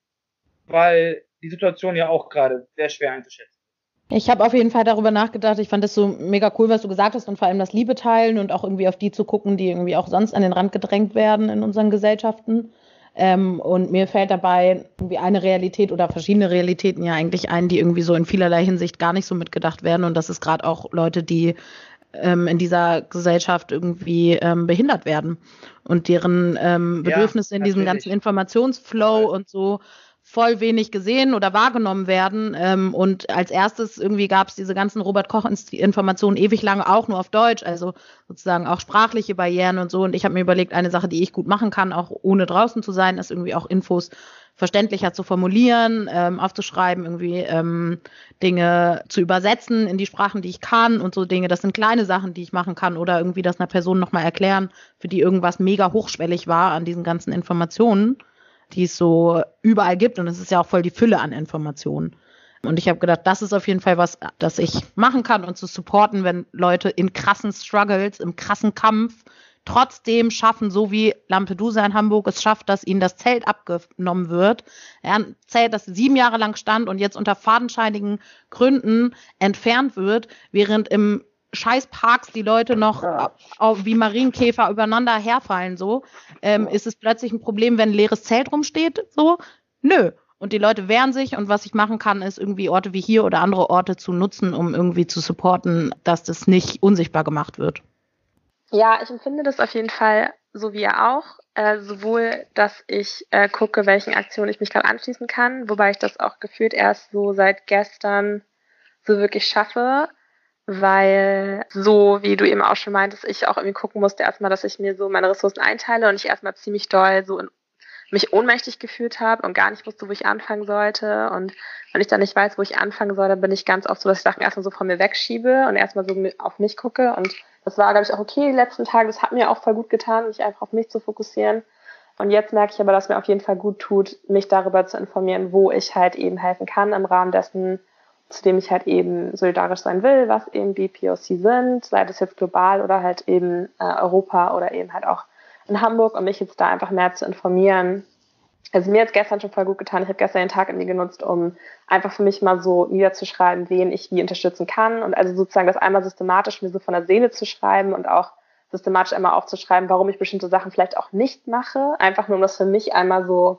weil die Situation ja auch gerade sehr schwer einzuschätzen. Ich habe auf jeden Fall darüber nachgedacht. Ich fand das so mega cool, was du gesagt hast und vor allem das Liebe teilen und auch irgendwie auf die zu gucken, die irgendwie auch sonst an den Rand gedrängt werden in unseren Gesellschaften. Ähm, und mir fällt dabei irgendwie eine Realität oder verschiedene Realitäten ja eigentlich ein, die irgendwie so in vielerlei Hinsicht gar nicht so mitgedacht werden. Und das ist gerade auch Leute, die ähm, in dieser Gesellschaft irgendwie ähm, behindert werden und deren ähm, Bedürfnisse ja, in diesem ganzen Informationsflow und so voll wenig gesehen oder wahrgenommen werden. Ähm, und als erstes irgendwie gab es diese ganzen Robert-Koch-Informationen ewig lange auch nur auf Deutsch, also sozusagen auch sprachliche Barrieren und so. Und ich habe mir überlegt, eine Sache, die ich gut machen kann, auch ohne draußen zu sein, ist irgendwie auch Infos verständlicher zu formulieren, ähm, aufzuschreiben, irgendwie ähm, Dinge zu übersetzen in die Sprachen, die ich kann und so Dinge. Das sind kleine Sachen, die ich machen kann oder irgendwie das einer Person nochmal erklären, für die irgendwas mega hochschwellig war an diesen ganzen Informationen, die es so überall gibt. Und es ist ja auch voll die Fülle an Informationen. Und ich habe gedacht, das ist auf jeden Fall was, das ich machen kann und zu supporten, wenn Leute in krassen Struggles, im krassen Kampf trotzdem schaffen, so wie Lampedusa in Hamburg es schafft, dass ihnen das Zelt abgenommen wird. Ja, ein Zelt, das sieben Jahre lang stand und jetzt unter fadenscheinigen Gründen entfernt wird, während im Scheißparks die Leute noch auf, wie Marienkäfer übereinander herfallen, so, ähm, ist es plötzlich ein Problem, wenn ein leeres Zelt rumsteht, so? Nö. Und die Leute wehren sich und was ich machen kann, ist irgendwie Orte wie hier oder andere Orte zu nutzen, um irgendwie zu supporten, dass das nicht unsichtbar gemacht wird. Ja, ich empfinde das auf jeden Fall, so wie ihr auch, äh, sowohl, dass ich äh, gucke, welchen Aktionen ich mich gerade anschließen kann, wobei ich das auch gefühlt erst so seit gestern so wirklich schaffe, weil so, wie du eben auch schon meintest, ich auch irgendwie gucken musste erstmal, dass ich mir so meine Ressourcen einteile und ich erstmal ziemlich doll so in, mich ohnmächtig gefühlt habe und gar nicht wusste, wo ich anfangen sollte. Und wenn ich dann nicht weiß, wo ich anfangen soll, dann bin ich ganz oft so, dass ich Sachen erstmal so von mir wegschiebe und erstmal so auf mich gucke. Und das war, glaube ich, auch okay die letzten Tage. Das hat mir auch voll gut getan, mich einfach auf mich zu fokussieren. Und jetzt merke ich aber, dass mir auf jeden Fall gut tut, mich darüber zu informieren, wo ich halt eben helfen kann im Rahmen dessen, zu dem ich halt eben solidarisch sein will, was eben B P O C sind, sei das jetzt global oder halt eben äh, Europa oder eben halt auch in Hamburg, um mich jetzt da einfach mehr zu informieren. Also mir hat es gestern schon voll gut getan. Ich habe gestern den Tag irgendwie genutzt, um einfach für mich mal so niederzuschreiben, wen ich wie unterstützen kann und also sozusagen das einmal systematisch mir so von der Seele zu schreiben und auch systematisch einmal aufzuschreiben, warum ich bestimmte Sachen vielleicht auch nicht mache, einfach nur um das für mich einmal so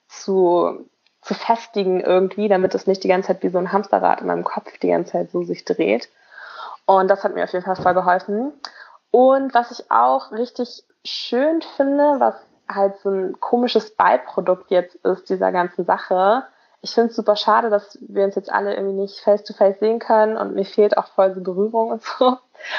zu zu festigen irgendwie, damit es nicht die ganze Zeit wie so ein Hamsterrad in meinem Kopf die ganze Zeit so sich dreht. Und das hat mir auf jeden Fall voll geholfen. Und was ich auch richtig schön finde, was halt so ein komisches Beiprodukt jetzt ist dieser ganzen Sache. Ich finde es super schade, dass wir uns jetzt alle irgendwie nicht face-to-face sehen können und mir fehlt auch voll die Berührung und so.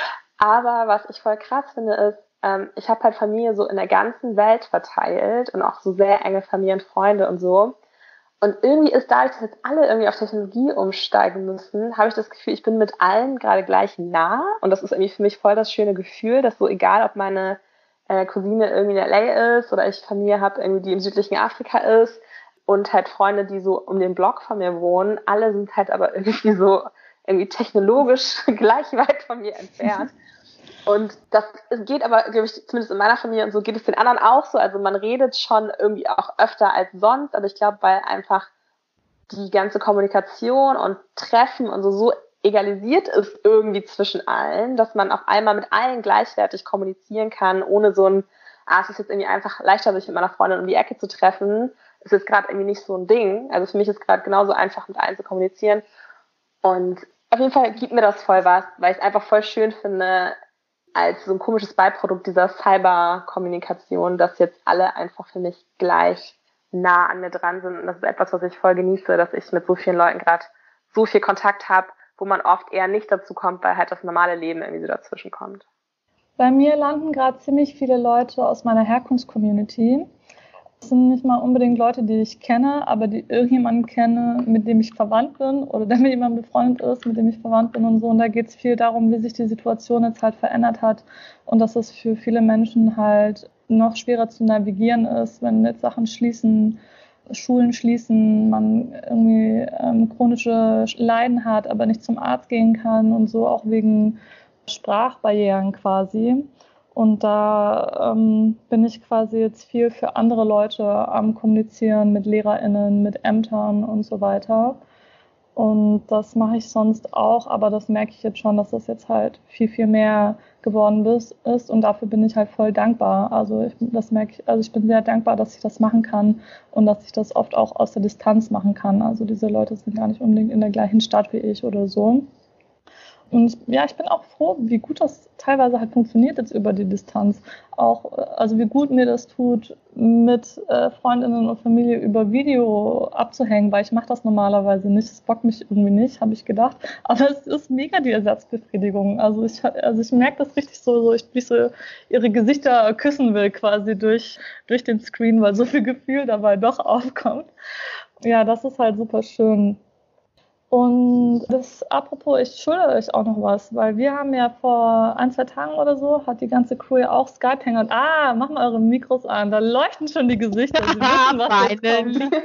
Aber was ich voll krass finde ist, ähm, ich habe halt Familie so in der ganzen Welt verteilt und auch so sehr enge Familienfreunde und so. Und irgendwie ist dadurch, dass jetzt alle irgendwie auf Technologie umsteigen müssen, habe ich das Gefühl, ich bin mit allen gerade gleich nah. Und das ist irgendwie für mich voll das schöne Gefühl, dass so egal, ob meine äh, Cousine irgendwie in L A ist oder ich Familie habe, irgendwie die im südlichen Afrika ist und halt Freunde, die so um den Block von mir wohnen, alle sind halt aber irgendwie so irgendwie technologisch gleich weit von mir entfernt. Und das geht aber, glaube ich, zumindest in meiner Familie und so geht es den anderen auch so. Also man redet schon irgendwie auch öfter als sonst, aber ich glaube, weil einfach die ganze Kommunikation und Treffen und so so egalisiert ist irgendwie zwischen allen, dass man auf einmal mit allen gleichwertig kommunizieren kann, ohne so ein, ah, es ist jetzt irgendwie einfach leichter, sich mit meiner Freundin um die Ecke zu treffen. Es ist gerade irgendwie nicht so ein Ding. Also für mich ist gerade genauso einfach, mit allen zu kommunizieren. Und auf jeden Fall gibt mir das voll was, weil ich es einfach voll schön finde, als so ein komisches Beiprodukt dieser Cyber-Kommunikation, dass jetzt alle einfach für mich gleich nah an mir dran sind. Und das ist etwas, was ich voll genieße, dass ich mit so vielen Leuten gerade so viel Kontakt habe, wo man oft eher nicht dazu kommt, weil halt das normale Leben irgendwie so dazwischen kommt. Bei mir landen gerade ziemlich viele Leute aus meiner Herkunftscommunity. Das sind nicht mal unbedingt Leute, die ich kenne, aber die irgendjemanden kenne, mit dem ich verwandt bin oder der mit jemandem befreundet ist, mit dem ich verwandt bin und so. Und da geht es viel darum, wie sich die Situation jetzt halt verändert hat und dass es für viele Menschen halt noch schwerer zu navigieren ist, wenn jetzt Sachen schließen, Schulen schließen, man irgendwie ähm, chronische Leiden hat, aber nicht zum Arzt gehen kann und so, auch wegen Sprachbarrieren quasi. Und da ähm, bin ich quasi jetzt viel für andere Leute am Kommunizieren mit LehrerInnen, mit Ämtern und so weiter. Und das mache ich sonst auch, aber das merke ich jetzt schon, dass das jetzt halt viel, viel mehr geworden ist. Und dafür bin ich halt voll dankbar. Also ich, das merke ich, also ich bin sehr dankbar, dass ich das machen kann und dass ich das oft auch aus der Distanz machen kann. Also diese Leute sind gar nicht unbedingt in der gleichen Stadt wie ich oder so. Und ja, ich bin auch froh, wie gut das teilweise halt funktioniert jetzt über die Distanz. Auch, also wie gut mir das tut, mit äh, Freundinnen und Familie über Video abzuhängen, weil ich mache das normalerweise nicht. Das bockt mich irgendwie nicht, habe ich gedacht. Aber es ist mega die Ersatzbefriedigung. Also ich, also ich merke das richtig so, so ich, wie ich so ihre Gesichter küssen will quasi durch, durch den Screen, weil so viel Gefühl dabei doch aufkommt. Ja, das ist halt super schön. Und das, apropos, ich schulde euch auch noch was, weil wir haben ja vor ein, zwei Tagen oder so, hat die ganze Crew ja auch Skype-Hangout. Ah, machen mal eure Mikros an, da leuchten schon die Gesichter. Sie wissen, was jetzt kommt.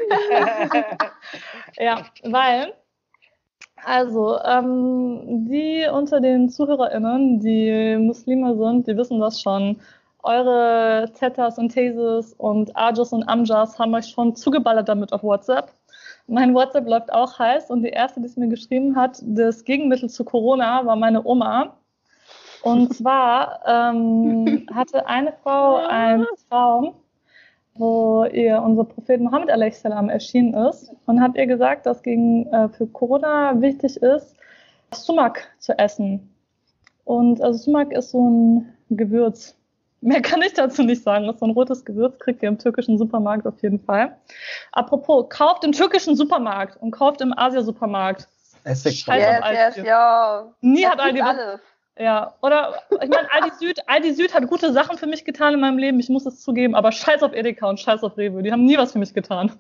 Ja, weil, also, ähm, die unter den ZuhörerInnen, die Muslime sind, die wissen das schon. Eure Zetas und Theses und Ajas und Amjas haben euch schon zugeballert damit auf WhatsApp. Mein WhatsApp läuft auch heiß und die erste, die es mir geschrieben hat, das Gegenmittel zu Corona war meine Oma. Und zwar ähm, hatte eine Frau einen Traum, wo ihr unser Prophet Mohammed alaihi salam erschienen ist und hat ihr gesagt, dass gegen, äh, für Corona wichtig ist, Sumak zu essen. Und also Sumak ist so ein Gewürz. Mehr kann ich dazu nicht sagen. Das ist so ein rotes Gewürz, kriegt ihr im türkischen Supermarkt auf jeden Fall. Apropos, kauft im türkischen Supermarkt und kauft im Asia-Supermarkt. Essig. Yes, yes, ja. Nie das hat Aldi alles. Ja, oder ich meine, Aldi Süd, Aldi Süd hat gute Sachen für mich getan in meinem Leben, ich muss es zugeben, aber scheiß auf Edeka und scheiß auf Rewe, die haben nie was für mich getan.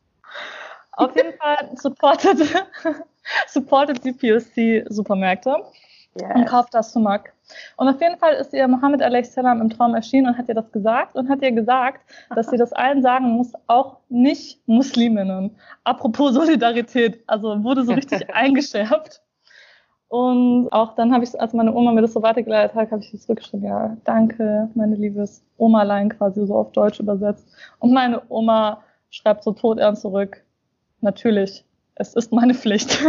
Auf jeden Fall supportet, supportet die P S C-Supermärkte yes. und kauft das Sumak. Und auf jeden Fall ist ihr Mohammed alaihi salam im Traum erschienen und hat ihr das gesagt und hat ihr gesagt, dass sie das allen sagen muss, auch nicht Musliminnen. Apropos Solidarität, also wurde so richtig eingeschärft. Und auch dann habe ich, als meine Oma mir das so weitergeleitet hat, habe ich sie zurückgeschrieben, ja, danke, meine liebes Oma-Lein quasi so auf Deutsch übersetzt. Und meine Oma schreibt so todernst zurück, natürlich, es ist meine Pflicht.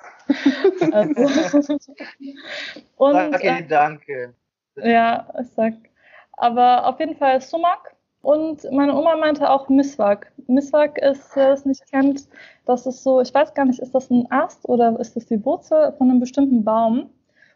Also, und, danke, äh, danke. Ja, ich sag, aber auf jeden Fall Sumak. Und meine Oma meinte auch Miswak. Miswak ist, wer es nicht kennt, das ist so, ich weiß gar nicht, ist das ein Ast oder ist das die Wurzel von einem bestimmten Baum?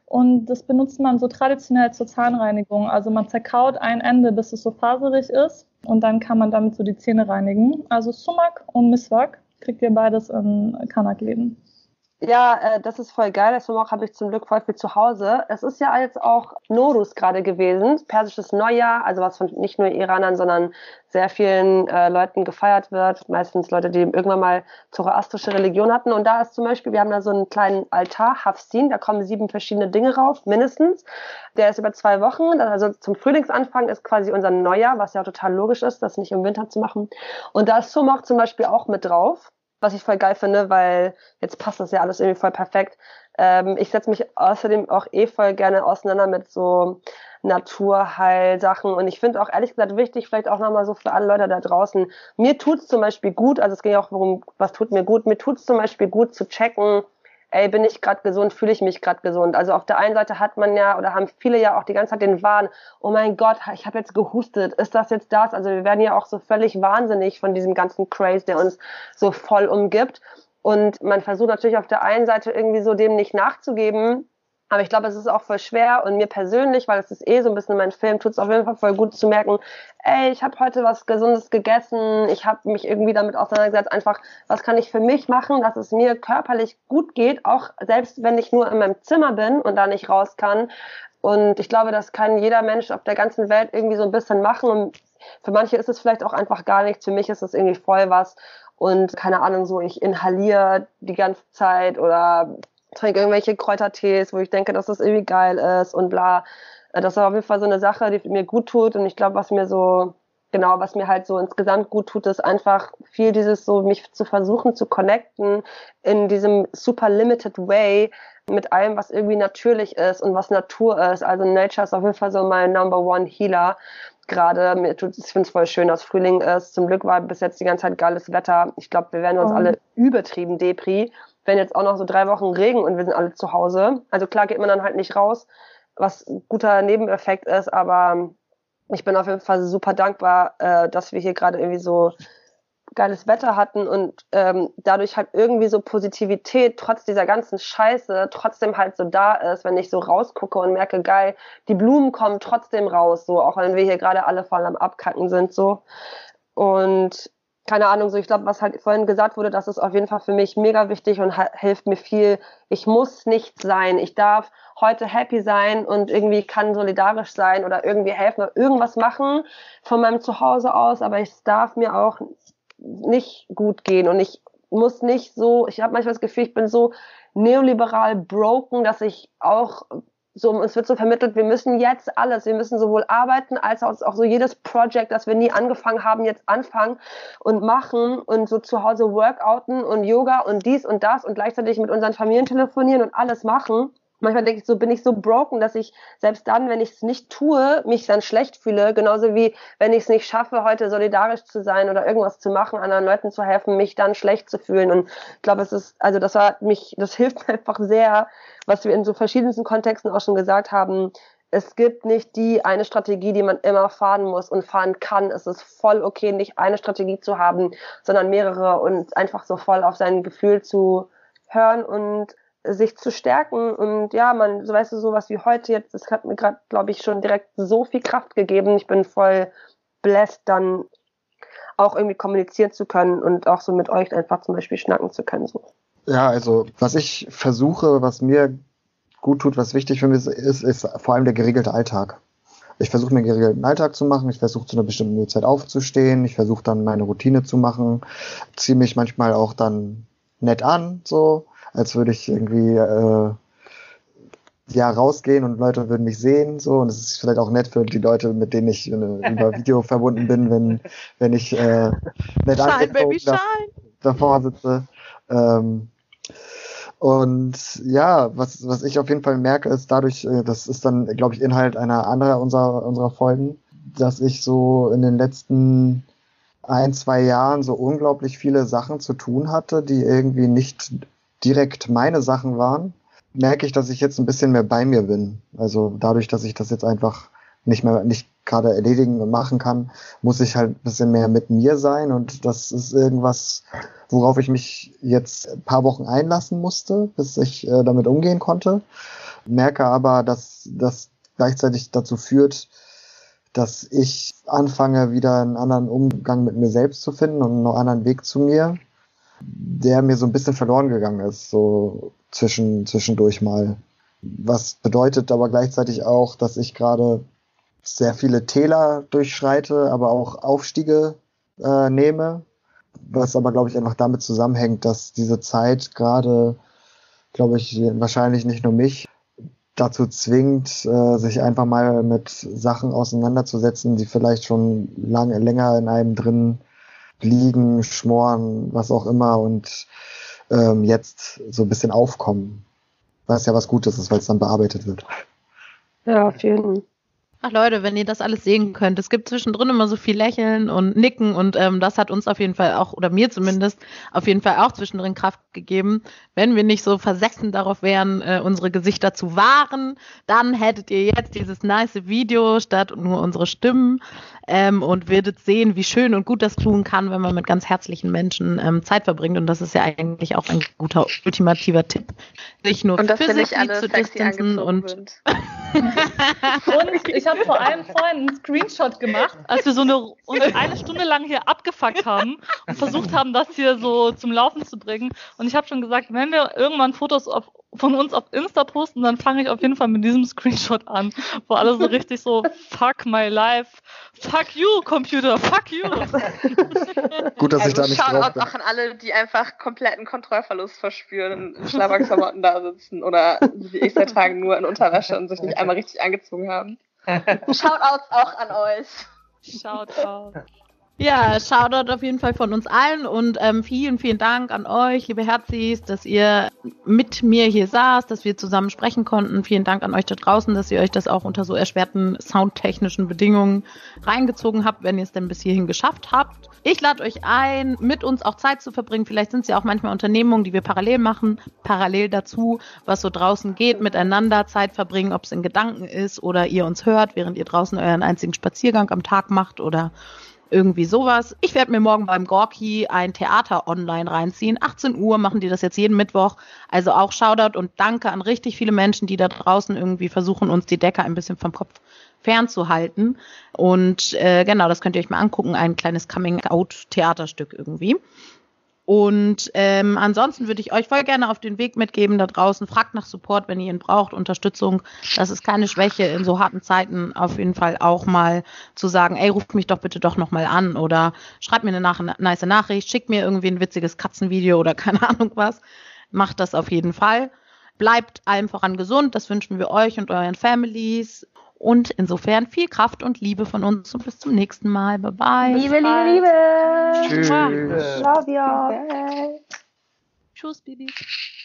und das benutzt man so traditionell zur Zahnreinigung. Also man zerkaut ein Ende, bis es so faserig ist und dann kann man damit so die Zähne reinigen. Also Sumac und Miswak kriegt ihr beides in Kanak-Läden. Ja, äh, das ist voll geil. Das Sumac habe ich zum Glück voll viel zu Hause. Es ist ja jetzt auch Nowruz gerade gewesen, persisches Neujahr, also was von nicht nur Iranern, sondern sehr vielen äh, Leuten gefeiert wird. Meistens Leute, die irgendwann mal zoroastrische Religion hatten. Und da ist zum Beispiel, wir haben da so einen kleinen Altar, Hafsin, da kommen sieben verschiedene Dinge rauf, mindestens. Der ist über zwei Wochen, also zum Frühlingsanfang ist quasi unser Neujahr, was ja auch total logisch ist, das nicht im Winter zu machen. Und da ist Sumac zum Beispiel auch mit drauf. Was ich voll geil finde, weil jetzt passt das ja alles irgendwie voll perfekt. Ähm, ich setze mich außerdem auch eh voll gerne auseinander mit so Naturheilsachen und ich finde auch ehrlich gesagt wichtig, vielleicht auch nochmal so für alle Leute da draußen, mir tut's zum Beispiel gut, also es ging ja auch darum, was tut mir gut, mir tut's zum Beispiel gut zu checken, ey, bin ich gerade gesund, fühle ich mich gerade gesund. Also auf der einen Seite hat man ja, oder haben viele ja auch die ganze Zeit den Wahn, oh mein Gott, ich habe jetzt gehustet, ist das jetzt das? Also wir werden ja auch so völlig wahnsinnig von diesem ganzen Craze, der uns so voll umgibt. Und man versucht natürlich auf der einen Seite irgendwie so dem nicht nachzugeben, aber ich glaube, es ist auch voll schwer und mir persönlich, weil es ist eh so ein bisschen mein Film, tut es auf jeden Fall voll gut zu merken, ey, ich habe heute was Gesundes gegessen, ich habe mich irgendwie damit auseinandergesetzt, einfach, was kann ich für mich machen, dass es mir körperlich gut geht, auch selbst wenn ich nur in meinem Zimmer bin und da nicht raus kann. Und ich glaube, das kann jeder Mensch auf der ganzen Welt irgendwie so ein bisschen machen und für manche ist es vielleicht auch einfach gar nichts, für mich ist es irgendwie voll was und keine Ahnung, so ich inhaliere die ganze Zeit oder trinke irgendwelche Kräutertees, wo ich denke, dass das irgendwie geil ist und bla. Das ist auf jeden Fall so eine Sache, die mir gut tut und ich glaube, was mir so, genau, was mir halt so insgesamt gut tut, ist einfach viel dieses so, mich zu versuchen zu connecten in diesem super limited way mit allem, was irgendwie natürlich ist und was Natur ist. Also Nature ist auf jeden Fall so mein Number One Healer. Gerade, mir tut, ich finde es voll schön, dass Frühling ist. Zum Glück war bis jetzt die ganze Zeit geiles Wetter. Ich glaube, wir werden uns oh. alle übertrieben Depri. Wenn jetzt auch noch so drei Wochen Regen und wir sind alle zu Hause. Also klar geht man dann halt nicht raus, was ein guter Nebeneffekt ist, aber ich bin auf jeden Fall super dankbar, äh, dass wir hier gerade irgendwie so geiles Wetter hatten und ähm, dadurch halt irgendwie so Positivität trotz dieser ganzen Scheiße trotzdem halt so da ist, wenn ich so rausgucke und merke, geil, die Blumen kommen trotzdem raus, so auch wenn wir hier gerade alle voll am Abkacken sind, so. Und keine Ahnung, so ich glaube, was halt vorhin gesagt wurde, das ist auf jeden Fall für mich mega wichtig und ha- hilft mir viel. Ich muss nicht sein. Ich darf heute happy sein und irgendwie kann solidarisch sein oder irgendwie helfen oder irgendwas machen von meinem Zuhause aus, aber es darf mir auch nicht gut gehen und ich muss nicht so, ich habe manchmal das Gefühl, ich bin so neoliberal broken, dass ich auch so, es wird so vermittelt, wir müssen jetzt alles, wir müssen sowohl arbeiten, als auch, auch so jedes Project, das wir nie angefangen haben, jetzt anfangen und machen und so zu Hause workouten und Yoga und dies und das und gleichzeitig mit unseren Familien telefonieren und alles machen. Manchmal denke ich so, bin ich so broken, dass ich selbst dann, wenn ich es nicht tue, mich dann schlecht fühle. Genauso wie, wenn ich es nicht schaffe, heute solidarisch zu sein oder irgendwas zu machen, anderen Leuten zu helfen, mich dann schlecht zu fühlen. Und ich glaube, es ist, also das war mich, das hilft mir einfach sehr, was wir in so verschiedensten Kontexten auch schon gesagt haben. Es gibt nicht die eine Strategie, die man immer fahren muss und fahren kann. Es ist voll okay, nicht eine Strategie zu haben, sondern mehrere und einfach so voll auf sein Gefühl zu hören und sich zu stärken und ja, man, so weißt du, sowas wie heute jetzt, das hat mir gerade, glaube ich, schon direkt so viel Kraft gegeben. Ich bin voll blessed, dann auch irgendwie kommunizieren zu können und auch so mit euch einfach zum Beispiel schnacken zu können. So. Ja, also was ich versuche, was mir gut tut, was wichtig für mich ist, ist vor allem der geregelte Alltag. Ich versuche mir einen geregelten Alltag zu machen, ich versuche zu einer bestimmten Uhrzeit aufzustehen, ich versuche dann meine Routine zu machen, ziehe mich manchmal auch dann nett an, so als würde ich irgendwie äh, ja rausgehen und Leute würden mich sehen, so, und es ist vielleicht auch nett für die Leute, mit denen ich äh, über Video verbunden bin, wenn wenn ich äh, nett angezogen da, davor sitze. Ähm, und ja, was was ich auf jeden Fall merke, ist dadurch, äh, das ist dann, glaube ich, Inhalt einer anderer unserer unserer Folgen, dass ich so in den letzten ein, zwei Jahren so unglaublich viele Sachen zu tun hatte, die irgendwie nicht direkt meine Sachen waren, merke ich, dass ich jetzt ein bisschen mehr bei mir bin. Also dadurch, dass ich das jetzt einfach nicht mehr, nicht gerade erledigen und machen kann, muss ich halt ein bisschen mehr mit mir sein und das ist irgendwas, worauf ich mich jetzt ein paar Wochen einlassen musste, bis ich äh, damit umgehen konnte. merke aber, dass das gleichzeitig dazu führt, dass ich anfange, wieder einen anderen Umgang mit mir selbst zu finden und einen anderen Weg zu mir, der mir so ein bisschen verloren gegangen ist, so zwischen, zwischendurch mal. Was bedeutet aber gleichzeitig auch, dass ich gerade sehr viele Täler durchschreite, aber auch Aufstiege äh, nehme, was aber, glaube ich, einfach damit zusammenhängt, dass diese Zeit gerade, glaube ich, wahrscheinlich nicht nur mich dazu zwingt, äh, sich einfach mal mit Sachen auseinanderzusetzen, die vielleicht schon lange länger in einem drin liegen, schmoren, was auch immer und ähm, jetzt so ein bisschen aufkommen. Was ja was Gutes ist, weil es dann bearbeitet wird. Ja, auf jeden Fall. Ach Leute, wenn ihr das alles sehen könnt, es gibt zwischendrin immer so viel Lächeln und Nicken und ähm, das hat uns auf jeden Fall auch, oder mir zumindest, auf jeden Fall auch zwischendrin Kraft gegeben. Wenn wir nicht so versessen darauf wären, äh, unsere Gesichter zu wahren, dann hättet ihr jetzt dieses nice Video statt nur unsere Stimmen ähm, und würdet sehen, wie schön und gut das tun kann, wenn man mit ganz herzlichen Menschen ähm, Zeit verbringt und das ist ja eigentlich auch ein guter, ultimativer Tipp. Nicht nur und physically zu distanzen und sind. Und ich habe vor allem vorhin einen Screenshot gemacht, als wir so eine, uns eine Stunde lang hier abgefuckt haben und versucht haben, das hier so zum Laufen zu bringen. Und ich habe schon gesagt, wenn wir irgendwann Fotos auf, von uns auf Insta posten, dann fange ich auf jeden Fall mit diesem Screenshot an, wo alle so richtig so, fuck my life, fuck you, Computer, fuck you. Gut, dass also ich da nicht drauf bin. Shoutout auch an alle, die einfach kompletten Kontrollverlust verspüren, in Schlabberklamotten da sitzen oder wie ich seit Tagen nur in Unterwäsche und sich nicht einmal richtig angezogen haben. Shoutouts auch an euch. Shoutout. Ja, Shoutout auf jeden Fall von uns allen und ähm, vielen, vielen Dank an euch, liebe Herzis, dass ihr mit mir hier saßt, dass wir zusammen sprechen konnten. Vielen Dank an euch da draußen, dass ihr euch das auch unter so erschwerten soundtechnischen Bedingungen reingezogen habt, wenn ihr es denn bis hierhin geschafft habt. Ich lade euch ein, mit uns auch Zeit zu verbringen. Vielleicht sind es ja auch manchmal Unternehmungen, die wir parallel machen, parallel dazu, was so draußen geht, miteinander Zeit verbringen, ob es in Gedanken ist oder ihr uns hört, während ihr draußen euren einzigen Spaziergang am Tag macht oder irgendwie sowas. Ich werde mir morgen beim Gorki ein Theater online reinziehen. achtzehn Uhr machen die das jetzt jeden Mittwoch. Also auch Shoutout und Danke an richtig viele Menschen, die da draußen irgendwie versuchen, uns die Decke ein bisschen vom Kopf fernzuhalten. Und äh, genau, das könnt ihr euch mal angucken. Ein kleines Coming-out-Theaterstück irgendwie. Und ähm, ansonsten würde ich euch voll gerne auf den Weg mitgeben da draußen. Fragt nach Support, wenn ihr ihn braucht, Unterstützung. Das ist keine Schwäche in so harten Zeiten. Auf jeden Fall auch mal zu sagen, ey, ruft mich doch bitte doch nochmal an oder schreibt mir eine nach- nice Nachricht, schickt mir irgendwie ein witziges Katzenvideo oder keine Ahnung was. Macht das auf jeden Fall. Bleibt allem voran gesund, das wünschen wir euch und euren Families. Und insofern viel Kraft und Liebe von uns und bis zum nächsten Mal. Bye bye. Liebe, Liebe, Liebe. Tschüss. Love you. Bye. Tschüss, Babys.